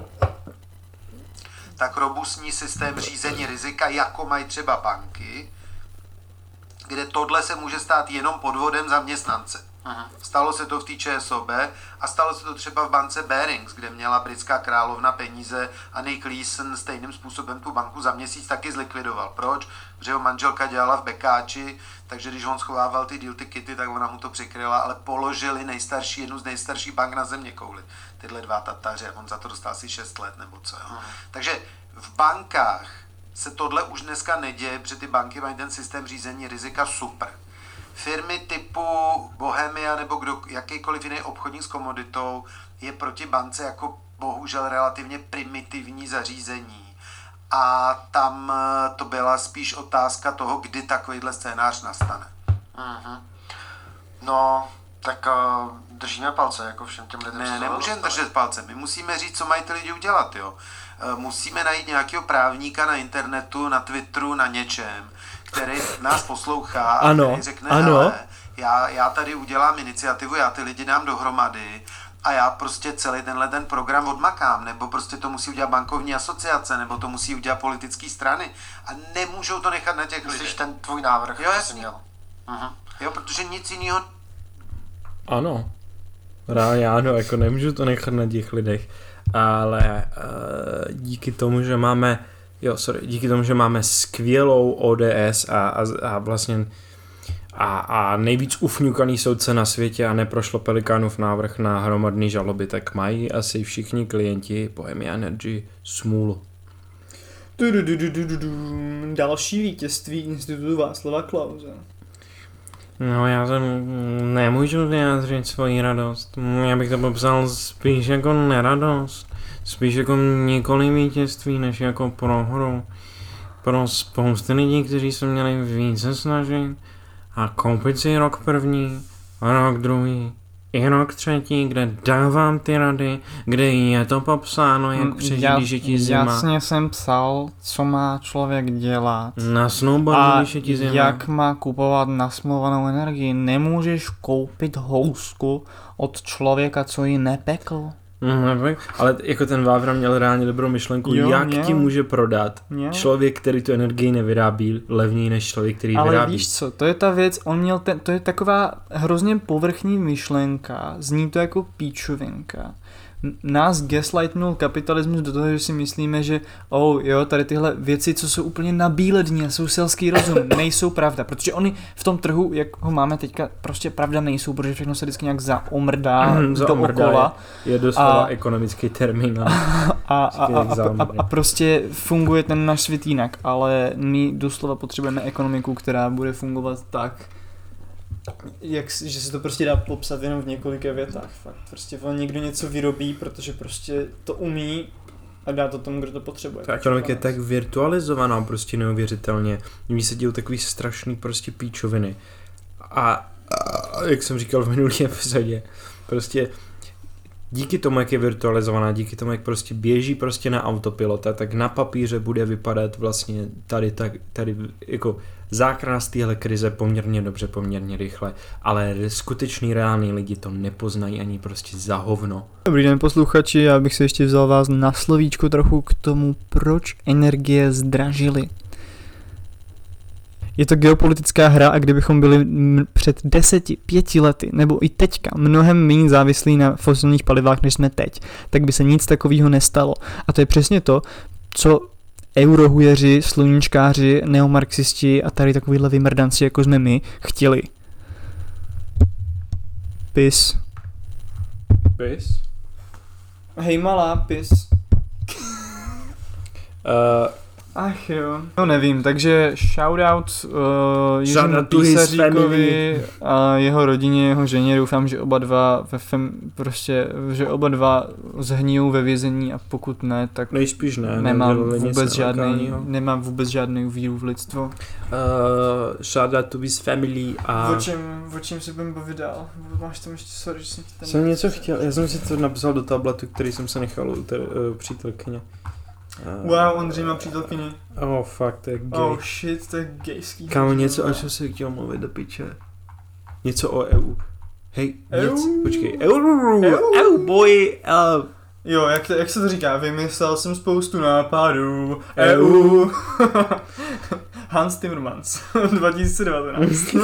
tak robustní systém řízení rizika, jako mají třeba banky, kde tohle se může stát jenom podvodem zaměstnance. Stalo se to v té ČSOB a stalo se to třeba v bance Barings, kde měla britská královna peníze a Nick Leeson stejným způsobem tu banku za měsíc taky zlikvidoval. Proč? Protože jeho manželka dělala v Bekáči, takže když on schovával ty deal tikety, tak ona mu to přikryla, ale položili jednu z nejstarších bank na země kouli. Tyhle dva Tataře, on za to dostal asi 6 let nebo co. Jo. Takže v bankách se tohle už dneska neděje, protože ty banky mají ten systém řízení rizika super. Firmy typu Bohemia nebo jakýkoliv jiný obchodník s komoditou je proti bance jako bohužel relativně primitivní zařízení. A tam to byla spíš otázka toho, kdy takovýhle scénář nastane. No, tak držíme palce jako všem těm lidem. Ne, nemůžeme držet palce. My musíme říct, co mají ty lidi udělat, jo. Musíme najít nějakého právníka na internetu, na Twitteru, na něčem, který nás poslouchá a který řekne, hele, já tady udělám iniciativu, já ty lidi dám dohromady a já prostě celý ten program odmakám, nebo prostě to musí udělat bankovní asociace, nebo to musí udělat politické strany a nemůžou to nechat na těch lidech. Myslíš ten tvůj návrh? Jo, jasně. Jo, protože nic jiného. Ano. Reálně ano, jako nemůžu to nechat na těch lidech, ale díky tomu, že máme skvělou ODS a vlastně a nejvíc ufňukaný soudce na světě a neprošlo Pelikánův návrh na hromadný žaloby, tak mají asi všichni klienti Bohemia Energy smůlu. Další vítězství Institutu Václava Klause. No já nemůžu vyjádřit svoji radost. Já bych to popsal spíš jako neradost. Spíš jako několik vítězství, než jako prohru. Pro spousty lidí, kteří se měli více snažit a koupit si rok první, rok druhý, i rok třetí, kde dávám ty rady, kde je to popsáno, jak přežít žití zima. Jasně jsem psal, co má člověk dělat. Na snowboardu, když je ti zima. Jak má kupovat nasmluvanou energii. Nemůžeš koupit housku od člověka, co ji nepekl. Ale jako ten Vávra měl reálně dobrou myšlenku, ti může prodat člověk, který tu energii nevyrábí, levněji než člověk, který ji vyrábí. Ale víš co, to je ta věc, to je taková hrozně povrchní myšlenka, zní to jako píčovinka. Nás gaslightnul kapitalismus do toho, že si myslíme, že tady tyhle věci, co jsou úplně nabílední a jsou selský rozum, nejsou pravda, protože oni v tom trhu, jak ho máme teďka, prostě pravda nejsou, protože všechno se vždycky nějak zaomrdá dookola. Je doslova ekonomický termín. A prostě funguje ten náš svět jinak, ale my doslova potřebujeme ekonomiku, která bude fungovat tak, že se to prostě dá popsat jenom v několika větách. Fakt. Prostě někdo něco vyrobí, protože prostě to umí a dá to tomu, kdo to potřebuje. Ta ekonomika je tak virtualizovaná, prostě neuvěřitelně. Mně se dějou takový strašný prostě píčoviny. A jak jsem říkal v minulý epizodě, prostě díky tomu, jak je virtualizovaná, díky tomu, jak prostě běží prostě na autopilota, tak na papíře bude vypadat vlastně tady jako záchrana z téhle krize poměrně dobře, poměrně rychle, ale skutečný reální lidi to nepoznají ani prostě za hovno. Dobrý den posluchači, já bych se ještě vzal vás na slovíčko trochu k tomu, proč energie zdražily. Je to geopolitická hra a kdybychom byli před 10-5 lety, nebo i teďka, mnohem méně závislí na fosilních palivách, než jsme teď, tak by se nic takového nestalo. A to je přesně to, co eurohujeři, sluníčkáři, neomarxisti a tady takovýhle vymrdanci, jako jsme my, chtěli. Pis. Pis? Hej malá, pis. Ach jo. No nevím, takže shoutout Jiřímu Písaříkovi a jeho rodině, jeho ženě. Doufám, že oba dva zhnijou ve vězení a pokud ne, tak nejspíš ne, nemám vůbec žádný víru v lidstvo. Shoutout to his family a... O čem se budeme bavit dál? Máš tam ještě, sorry, že jsem ti tam... Jsem něco chtěl, já jsem si to napsal do tabletu, který jsem se nechal u přítelkyně. Wow, Ondřej má přítelkyni. Oh fuck, to je gay. Oh shit, to je gayský. Kámo, něco, o čem jsem chtěl mluvit do piče. Něco o EU. Hej, počkej. Boy. Jo, jak se to říká? Vymyslel jsem spoustu nápadů. EU. Hans Timmermans. 2019.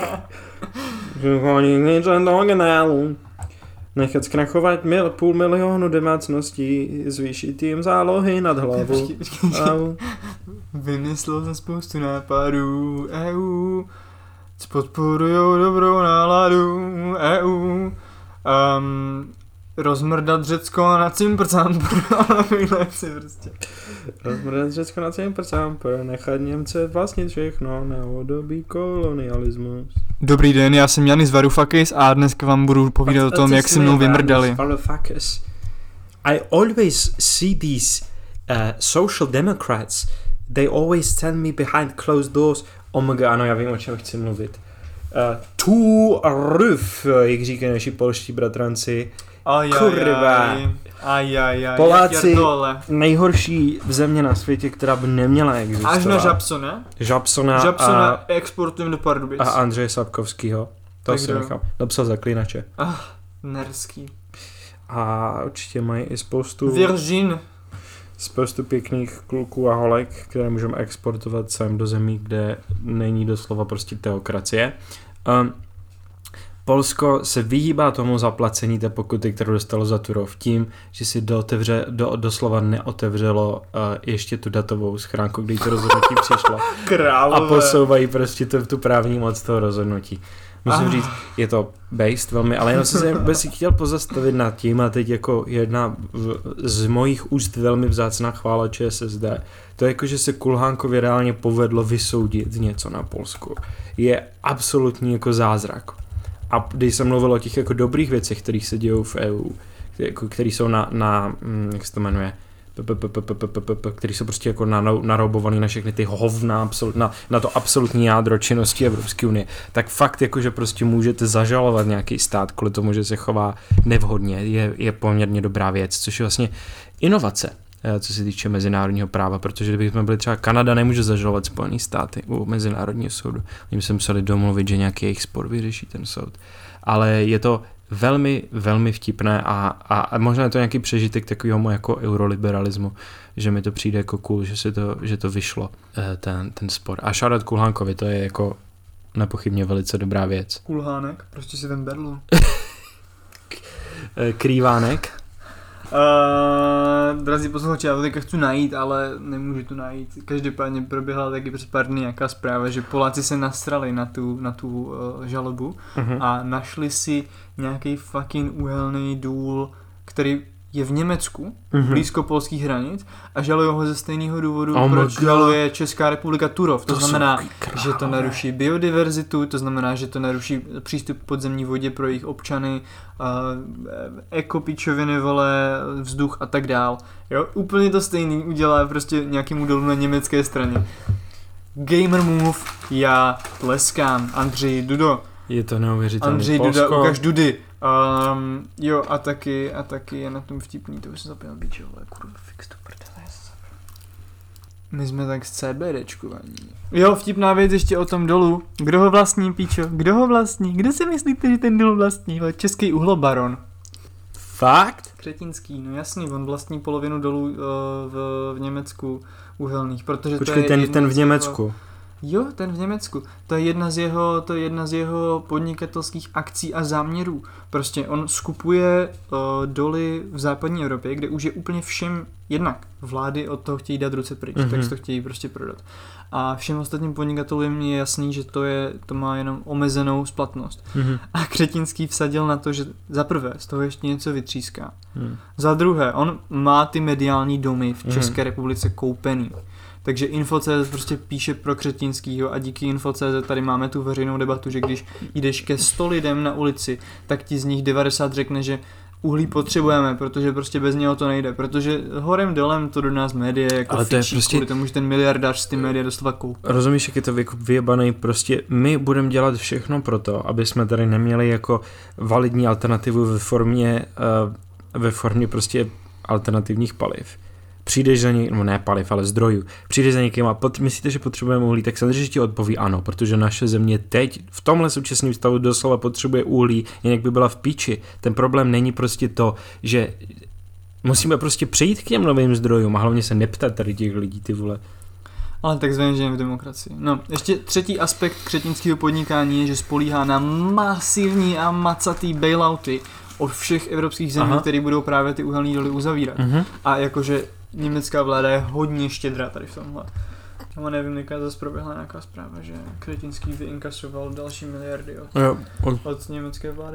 Nechat zkrachovat 500 000 domácností, zvýšit jim zálohy nad hlavu. Vymyslel jsem spoustu nápadů. EU. Podporujou dobrou náladu. EU. Rozmrdat Řecko na cimpr-campr. Prostě. Rozmrdat Řecko na cimpr-campr, nechat Němce vlastnit všechno, neodobí kolonialismus. Dobrý den, já jsem Janis Varoufakis a dneska vám budu povídat o tom, jak se mnou vymrdali. I always see these social democrats, they always tell me behind closed doors, oh my god, ano, já vím, o čem chci mluvit. Tu ruf, jak říkají naši polští bratranci. Kurva. Poláci, nejhorší země na světě, která by neměla existovat. Až na Žabsona. Žabsona exportujeme do Pardubic. A Andřeje Sapkovskýho. To si nechám. Napsal Zaklínače. Nerský. A určitě mají i spoustu pěkných kluků a holek, které můžeme exportovat sem do zemí, kde není doslova prostě teokracie. Polsko se vyhýbá tomu zaplacení té pokuty, kterou dostalo za Turów tím, že si doslova neotevřelo ještě tu datovou schránku, kdy to rozhodnutí přišlo. Králové. A posouvají prostě tu právní moc toho rozhodnutí. Musím říct, je to based velmi, ale jenom jsem si chtěl pozastavit nad tím a teď jako jedna z mojich úst velmi vzácná chvála ČSSD. To je jako, že se Kulhánkovi reálně povedlo vysoudit něco na Polsku. Je absolutní jako zázrak. A když jsem mluvil o těch jako dobrých věcech, které se dějou v EU, které jsou na jak se to jmenuje, který jsou prostě jako naroubovaný na všechny ty hovna, na to absolutní jádro činnosti Evropské unie, tak fakt jako, že prostě můžete zažalovat nějaký stát kvůli tomu, že se chová nevhodně, je poměrně dobrá věc, což je vlastně inovace, co se týče mezinárodního práva, protože kdybychom byli třeba Kanada, nemůže zažalovat Spojené státy u mezinárodního soudu. Oni se museli domluvit, že nějaký jejich spor vyřeší ten soud. Ale je to velmi, velmi vtipné a možná je to nějaký přežitek takového jako euroliberalismu, že mi to přijde jako cool, že to vyšlo, ten spor. A shoutout Kulhánkovi, to je jako nepochybně velice dobrá věc. Kulhánek, prostě si ten berlu. Krývánek. Drazí posluchači, já to teďka chci najít, ale nemůžu to najít. Každopádně proběhla taky před pár dny nějaká zpráva, že Poláci se nasrali na tu žalobu a našli si nějaký fucking uhelný důl, který je v Německu, blízko polských hranic a žalují ho ze stejného důvodu, proč žaluje Česká republika Turów. To znamená, že to naruší biodiverzitu, to znamená, že to naruší přístup k podzemní vodě pro jejich občany, ekopičoviny, vole, vzduch a tak dál. Jo, úplně to stejný udělá prostě nějakému dolu na německé straně. Gamer move, já tleskám. Andřej Dudo. Je to neuvěřitelné. Andřej Duda, ukaž Dudy. Jo, a taky je na tom vtipný, to už jsem zapěl být, ale kurva, fix to prdele. My jsme tak z CBDčkovaní. Jo, vtipná věc ještě o tom dolu. Kdo ho vlastní, píčo? Kdo ho vlastní? Kdo si myslíte, že ten důl vlastní? Český uhlobaron. Fakt? Křetínský, no jasný, on vlastní polovinu dolů v Německu uhelných, protože počkej, to je ten v Německu. Jo, ten v Německu. To je jedna z jeho podnikatelských akcí a záměrů. Prostě on skupuje doly v západní Evropě, kde už je úplně všem jednak. Vlády od toho chtějí dát ruce pryč, tak to chtějí prostě prodat. A všem ostatním podnikatelům je jasný, že to má jenom omezenou splatnost. A Křetínský vsadil na to, že za prvé z toho ještě něco vytříská. Za druhé, on má ty mediální domy v České republice koupený. Takže Info.cz prostě píše pro Křetínskýho a díky Info.cz tady máme tu veřejnou debatu, že když jdeš ke 100 lidem na ulici, tak ti z nich 90 řekne, že uhlí potřebujeme, protože prostě bez něho to nejde, protože horem dolem to do nás média jako ale fičí, prostě kvůli tomu, že ten miliardář z ty média doslova koupí. Rozumíš, jak je to vyjebaný, prostě my budeme dělat všechno pro to, aby jsme tady neměli jako validní alternativu ve formě prostě alternativních paliv. přijdeš za někým, no ne paliv, ale zdrojů, přijdeš za někým a myslíte, že potřebujeme uhlí, tak samozřejmě, že ti odpoví ano, protože naše země teď v tomhle současném stavu doslova potřebuje uhlí, jinak by byla v píči. Ten problém není prostě to, že musíme prostě přejít k těm novým zdrojům a hlavně se neptat tady těch lidí, ty vole. Ale takzvaně žijeme v demokracii. No, ještě třetí aspekt křetínského podnikání je, že spolíhá na masivní a macatý bailouty od všech evropských zemí, které budou právě ty uhelné doly uzavírat. A jakože německá vláda je hodně štědrá tady v tomhle. No nevím, jaká zase proběhla nějaká zpráva, že Křetínský vyinkasoval další miliardy od německé vlády.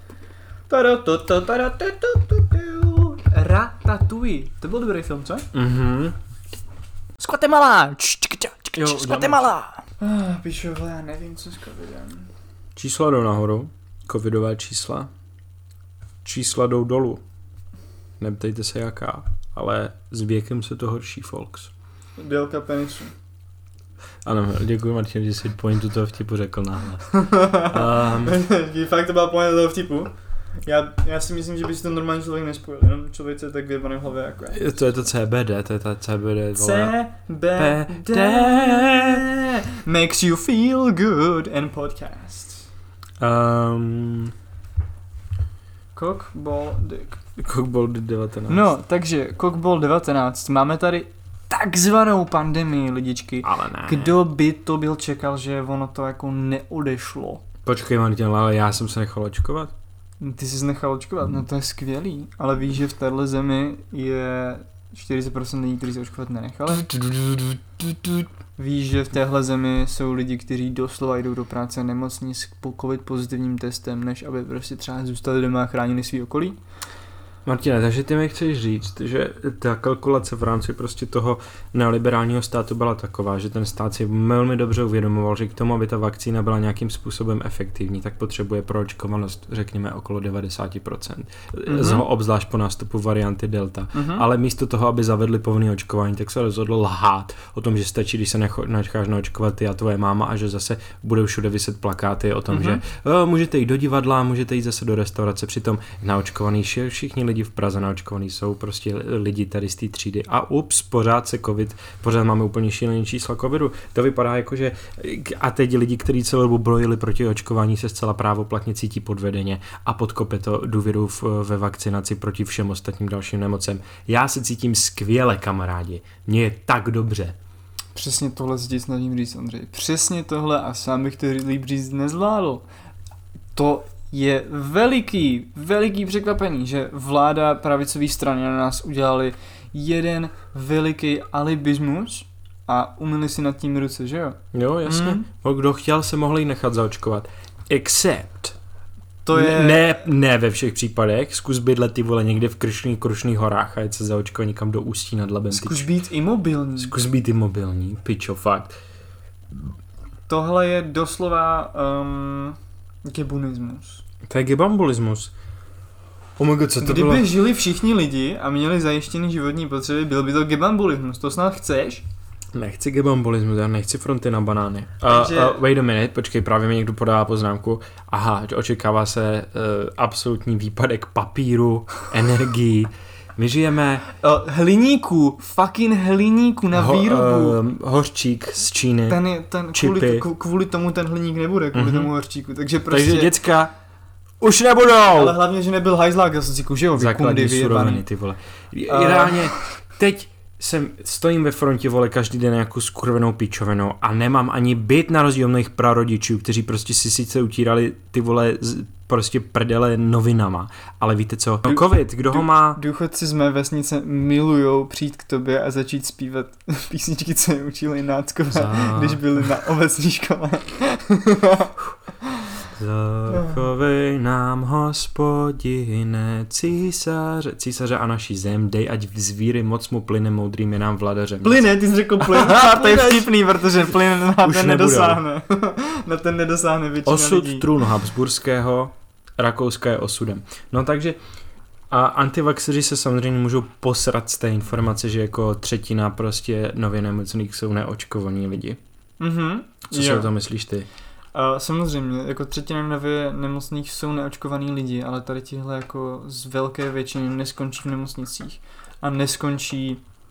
Ratatouille. To byl dobrý film, co? Z Guatemala. Z Guatemala. Pičovle, já nevím, co s covidem. Čísla jdou nahoru, covidové čísla. Čísla jdou dolů. Neptejte se jaká, ale s věkem se to horší, folks. Délka penisu. Ano, děkuji Martin, že jsi pointu toho vtipu řekl náhle. Fakt to byla pointa toho vtipu? Já si myslím, že by si to normální člověk nespojil, jenom člověk se tak vyjebaný v hlavě jako já. To je to CBD, to je ta CBD. CBD makes you feel good and podcast. Cockball dick. Cockball 19. No, takže Cockball 19. Máme tady takzvanou pandemii, lidičky. Ale ne. Kdo by to byl čekal, že ono to jako neodešlo? Počkej Martin, ale já jsem se nechal očkovat. Ty jsi nechal očkovat, no to je skvělý. Ale víš, že v téhle zemi je 40% lidí, kteří se očkovat nenechali? Víš, že v téhle zemi jsou lidi, kteří doslova jdou do práce nemocní s covid pozitivním testem, než aby prostě třeba zůstali doma a chránili svý okolí? Martine, takže ty mi chceš říct, že ta kalkulace v rámci prostě toho neoliberálního státu byla taková, že ten stát si velmi dobře uvědomoval, že k tomu, aby ta vakcína byla nějakým způsobem efektivní, tak potřebuje proočkovanost, řekněme, okolo 90%. Obzvlášť po nástupu varianty Delta. Ale místo toho, aby zavedli povinné očkování, tak se rozhodl lhát o tom, že stačí, když se necháš naočkovat ty a tvoje máma a že zase budou všude viset plakáty o tom, že můžete jít do divadla, můžete jít zase do restaurace, přitom naočkovaný všichni lidi v Praze naočkovaný jsou prostě lidi tady z té třídy a pořád máme úplně šílený čísla covidu. To vypadá jako, že a teď lidi, kteří celou dobu brojili proti očkování, se zcela právoplatně cítí podvedeně a podkope to důvěru ve vakcinaci proti všem ostatním dalším nemocem. Já se cítím skvěle, kamarádi. Mně je tak dobře. Přesně tohle si ti snažím říct, Ondřej. Přesně tohle a sám bych to líp říct nezvládl. To je veliký překvapení, že vláda pravicové strany na nás udělali jeden veliký alibismus a umyli si nad tím ruce, že jo? Jo, jasně. Kdo chtěl, se mohl nechat zaočkovat. Except. To je... Ne ve všech případech. Zkus bydlet ty vole někde v Krušných horách a jet se zaočkovat někam do Ústí nad Labem. Zkus být imobilní. Pičo, fakt. Tohle je doslova gebunismus. To je gebambulismus. Oh my God, co to bylo? Kdyby žili všichni lidi a měli zajištěný životní potřeby, byl by to gebambulismus. To snad chceš? Nechci gebambulismus, já nechci fronty na banány. Wait a minute, počkej, právě mi někdo podává poznámku. Aha, očekává se absolutní výpadek papíru, energií. My žijeme... fucking hliníku na výrobu. Hořčík z Číny. Kvůli tomu ten hliník nebude, kvůli tomu hořčíku. Takže děcka už nebudou! Ale hlavně, že nebyl hajzlák, já jsem si že základní suroviny, ty vole. Reálně, teď stojím ve frontě, vole, každý den nějakou skurvenou pičovinou a nemám ani byt na rozdíl od mých prarodičů, kteří prostě si sice utírali ty vole prostě prdele novinama, ale víte co? Covid, kdo ho má? Důchodci z mé vesnice milujou přijít k tobě a začít zpívat písničky, co je učili náckové, když byli na obecní škole. Zachovej nám, Hospodine, císaře a naší zem, dej ať v zvíry moc mu plyne moudrým je nám vladařem. Plyne, ty jsi řekl plyn, to je vtipný, protože plyn na ten nedosáhne. Na ten nedosáhne většina Osud lidí. trůnu Habsburského, Rakouska je osudem. No takže a antivaxeři se samozřejmě můžou posrat z té informace, že jako třetina prostě nově nemocných jsou neočkovaní lidi. Co si o tom myslíš ty? Samozřejmě, jako třetina nově nemocných jsou neočkovaní lidi, ale tady tihle jako z velké většiny neskončí v nemocnicích a neskončí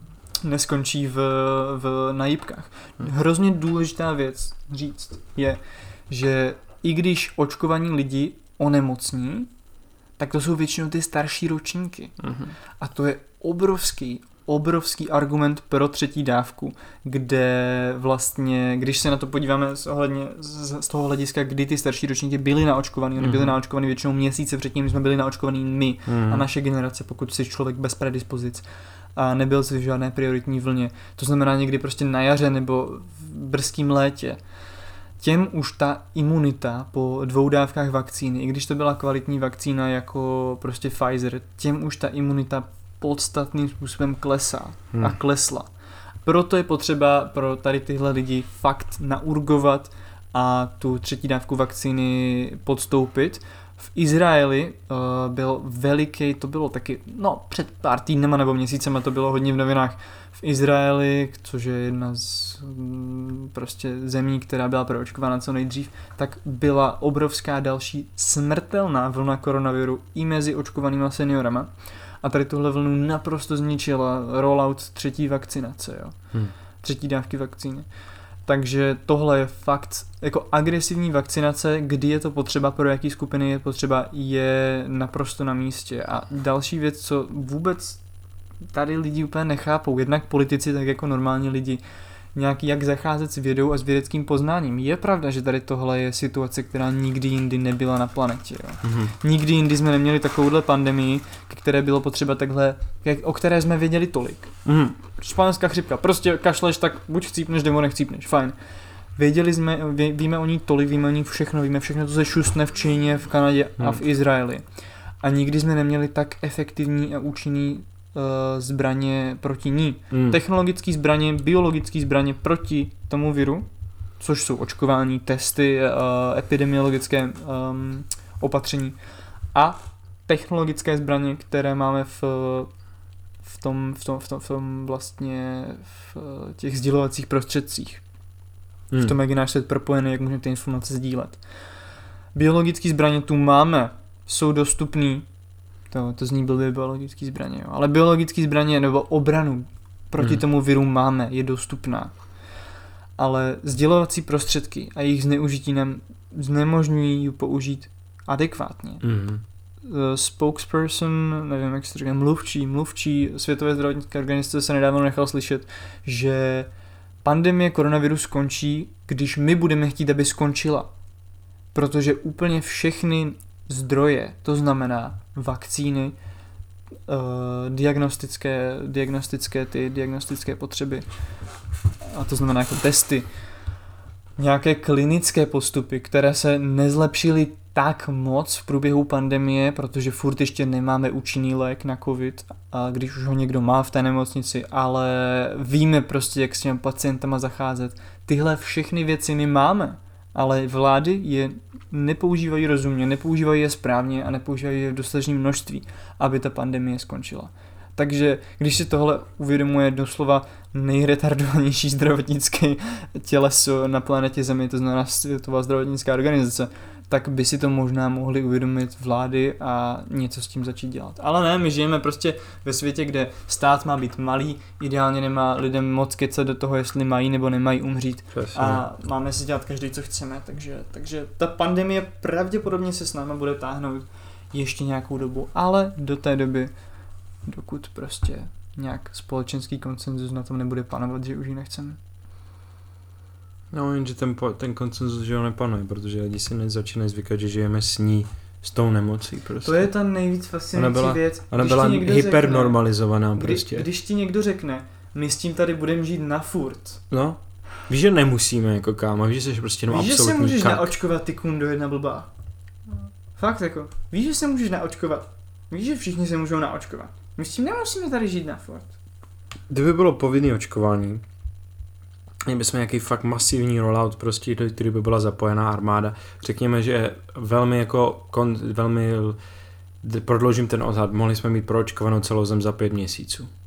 neskončí na jipkách. Hrozně důležitá věc říct je, že i když očkovaní lidi onemocní, tak to jsou většinou ty starší ročníky. A to je obrovský argument pro třetí dávku, kde vlastně, když se na to podíváme z toho hlediska, kdy ty starší ročníky byli naočkovaný, oni byli naočkovaný většinou měsíce předtím, než jsme byli naočkovaný my a naše generace, pokud jsi člověk bez predispozic a nebyl jsi v žádné prioritní vlně. To znamená někdy prostě na jaře nebo v brzkém létě. Těm už ta imunita po 2 dávkách vakcíny, i když to byla kvalitní vakcína jako prostě Pfizer, těm už ta imunita podstatným způsobem klesá a klesla. Proto je potřeba pro tady tyhle lidi fakt naurgovat a tu 3. dávku vakcíny podstoupit. V Izraeli byl veliký, to bylo taky, před pár týdnema nebo měsícema to bylo hodně v novinách, v Izraeli, což je jedna z prostě zemí, která byla proočkována co nejdřív, tak byla obrovská další smrtelná vlna koronaviru i mezi očkovanými seniorama. A tady tuhle vlnu naprosto zničila rollout 3. vakcinace, jo. 3. dávky vakcíny. Takže tohle je fakt jako agresivní vakcinace, kdy je to potřeba, pro jaký skupiny je potřeba, je naprosto na místě. A další věc, co vůbec tady lidi úplně nechápou, jednak politici, tak jako normální lidi, nějaký jak zacházet s vědou a s vědeckým poznáním. Je pravda, že tady tohle je situace, která nikdy jindy nebyla na planetě. Jo. Nikdy jindy jsme neměli takovouhle pandemii, které bylo potřeba takhle, o které jsme věděli tolik. Španělská chřipka, prostě kašleš, tak buď chcípneš, nebo nechcípneš, fajn. Víme o ní tolik, víme o ní všechno, co se šustne v Číně, v Kanadě a v Izraeli. A nikdy jsme neměli tak efektivní a účinný zbraně proti ní. Technologické zbraně, biologické zbraně proti tomu viru, což jsou očkování, testy, epidemiologické opatření a technologické zbraně, které máme v těch sdělovacích prostředcích. V tom, jak je náš svět propojený, jak můžeme ty informace sdílet. Biologické zbraně tu máme, jsou dostupný. To zní blbě biologické zbraně, jo. Ale biologické zbraně nebo obranu proti tomu viru máme, je dostupná. Ale sdělovací prostředky a jejich zneužití nám znemožňují ji použít adekvátně. Spokesperson, nevím jak se to říká, mluvčí Světové zdravotnické organizace se nedávno nechal slyšet, že pandemie koronaviru skončí, když my budeme chtít, aby skončila. Protože úplně všechny zdroje, to znamená vakcíny, diagnostické potřeby, a to znamená jako testy, nějaké klinické postupy, které se nezlepšily tak moc v průběhu pandemie, protože furt ještě nemáme účinný lék na covid, a když už ho někdo má v té nemocnici, ale víme prostě, jak s těmi pacientama zacházet. Tyhle všechny věci my máme, ale vlády je nepoužívají rozumně, nepoužívají je správně a nepoužívají je v dostatečném množství, aby ta pandemie skončila. Takže když si tohle uvědomuje doslova nejretardovanější zdravotnické těleso na planetě Zemi, to znamená Světová zdravotnická organizace, tak by si to možná mohli uvědomit vlády a něco s tím začít dělat. Ale ne, my žijeme prostě ve světě, kde stát má být malý, ideálně nemá lidem moc kecat do toho, jestli mají nebo nemají umřít. Přesně. A máme si dělat každý, co chceme, takže ta pandemie pravděpodobně se s náma bude táhnout ještě nějakou dobu, ale do té doby, dokud prostě nějak společenský konsenzus na tom nebude panovat, že už ji nechceme. No, jenže ten konsenzus, že ho nepanuje, protože lidi si nezačínají zvykat, že žijeme s ní, s tou nemocí prostě. To je ta nejvíc fascinující věc. Ona byla hypernormalizovaná prostě. Když ti někdo řekne, my s tím tady budeme žít na furt. No, víš, že nemusíme jako kámo, víš, že jsi prostě jenom absolutní kak. Víš, že se můžeš naočkovat, ty kundo jedna blbá. Fakt jako, víš, že se můžeš naočkovat. Víš, že všichni se můžou naočkovat. My s tím nemusíme tady žít na furt. Kdyby bylo povinné očkování, měli bychom nějaký fakt masivní rollout, prostě, do který by byla zapojená armáda. Řekněme, že velmi prodloužím ten odhad, mohli jsme mít proočkovanou celou zem za 5 měsíců.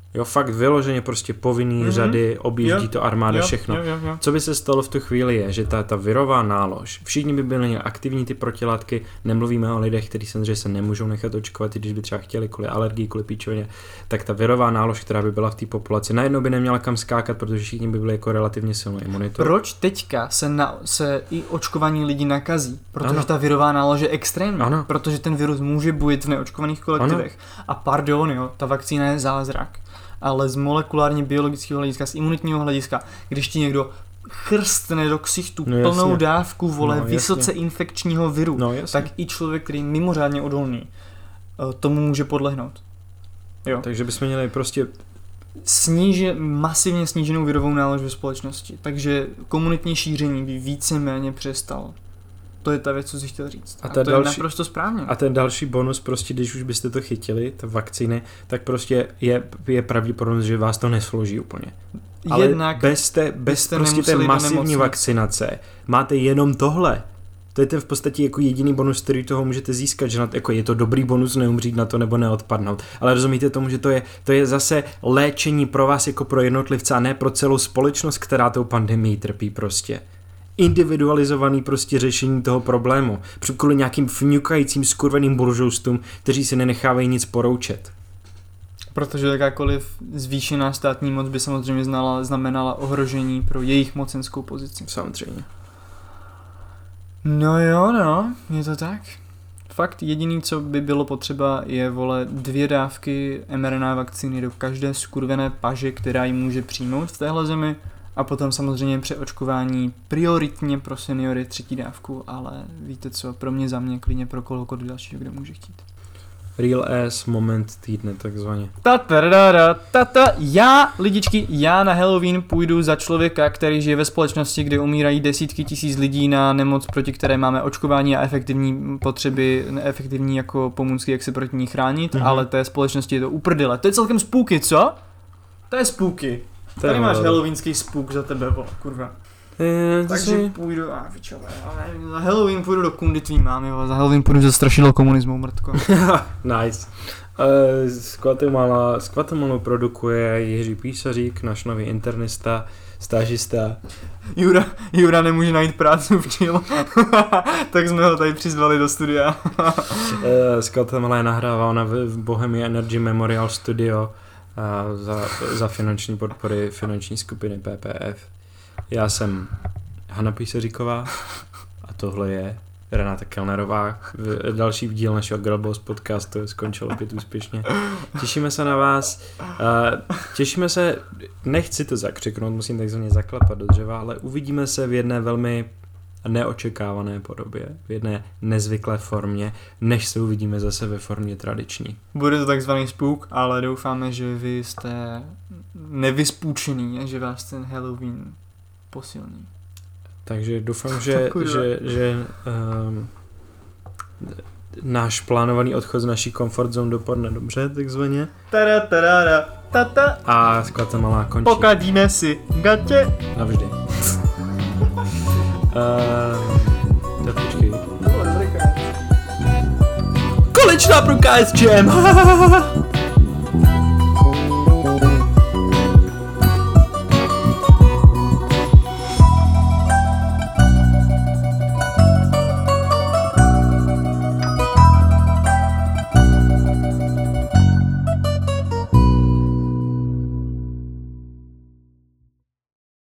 Jo, fakt vyloženě prostě povinný řady, objíždí to armáda, všechno. Jo. Co by se stalo v tu chvíli je, že ta virová nálož, všichni by byli aktivní ty protilátky, nemluvíme o lidech, kteří samozřejmě se nemůžou nechat očkovat, i když by třeba chtěli kvůli alergii, kvůli píčovině, tak ta virová nálož, která by byla v té populaci, najednou by neměla kam skákat, protože všichni by byli jako relativně silnou imunitou. Proč teďka se i očkování lidí nakazí? Protože ta virová nálož je extrémní. Ano. Protože ten virus může bujit v neočkovaných kolektivech. A pardon, jo, ta vakcína je zázrak. Ale z molekulárně biologického hlediska, z imunitního hlediska, když ti někdo chrstne do ksichtu plnou dávku, vysoce infekčního viru, tak i člověk, který je mimořádně odolný, tomu může podlehnout. Jo. Takže bychom měli prostě masivně sníženou virovou nálož ve společnosti. Takže komunitní šíření by víceméně přestalo. To je ta věc, co si chtěl říct. A to je naprosto správně. A ten další bonus, prostě, když už byste to chytili, ta vakcíny, tak prostě je pravděpodobnost, že vás to nesloží úplně. Ale jednak bez prostě té masivní vakcinace máte jenom tohle. To je ten v podstatě jako jediný bonus, který toho můžete získat, že jako je to dobrý bonus neumřít na to nebo neodpadnout. Ale rozumíte tomu, že to je zase léčení pro vás jako pro jednotlivce a ne pro celou společnost, která tou pandemií trpí prostě. Individualizovaný prostě řešení toho problému. Kvůli nějakým fňukajícím skurveným buržoustům, kteří si nenechávají nic poroučet. Protože jakákoliv zvýšená státní moc by samozřejmě znamenala ohrožení pro jejich mocenskou pozici. Samozřejmě. No, je to tak. Fakt jediný, co by bylo potřeba, je 2 dávky mRNA vakcíny do každé skurvené paže, která ji může přijmout v téhle zemi. A potom samozřejmě přeočkování prioritně pro seniory 3. dávku, ale víte co, pro mě, za mě, klidně pro kohokoliv dalšího, kdo může chtít. Real ass moment týdne, takzvaně. Já na Halloween půjdu za člověka, který žije ve společnosti, kde umírají desítky tisíc lidí na nemoc, proti které máme očkování a efektivní jako pomůcky, jak se proti ní chránit, ale té společnosti je to uprdele. To je celkem spooky, co? To je spooky. Tady máš halloweenský spook za tebe, kurva. Takže půjdu, za Halloween půjdu do kundy tvý mámy, za Halloween půjdu za strašidlo komunismu, mrtko. Nice. Z Guatemalu produkuje Jiří Písařík, náš nový internista, stážista. Jura nemůže najít práci v Chile, tak jsme ho tady přizvali do studia. Z Guatemala je nahrává v Bohemia Energy Memorial Studio za finanční podpory finanční skupiny PPF. Já jsem Hana Písaříková a tohle je Renáta Kellnerová. Další díl našeho Girlboss podcastu skončil opět úspěšně. Těšíme se na vás. Těšíme se, nechci to zakřiknout, musím takzvaně zaklapat do dřeva, ale uvidíme se v jedné velmi neočekávané podobě, v jedné nezvyklé formě, než se uvidíme zase ve formě tradiční. Bude to takzvaný spook, ale doufáme, že vy jste nevyspůjčený a že vás ten Halloween posilní. Takže doufám, že náš plánovaný odchod z naší comfort zone dopadne dobře, takzvaně. A z Guatemala končí. Pokadíme si gatě. Navždy. Tak počkej. Konečná pro KSČM!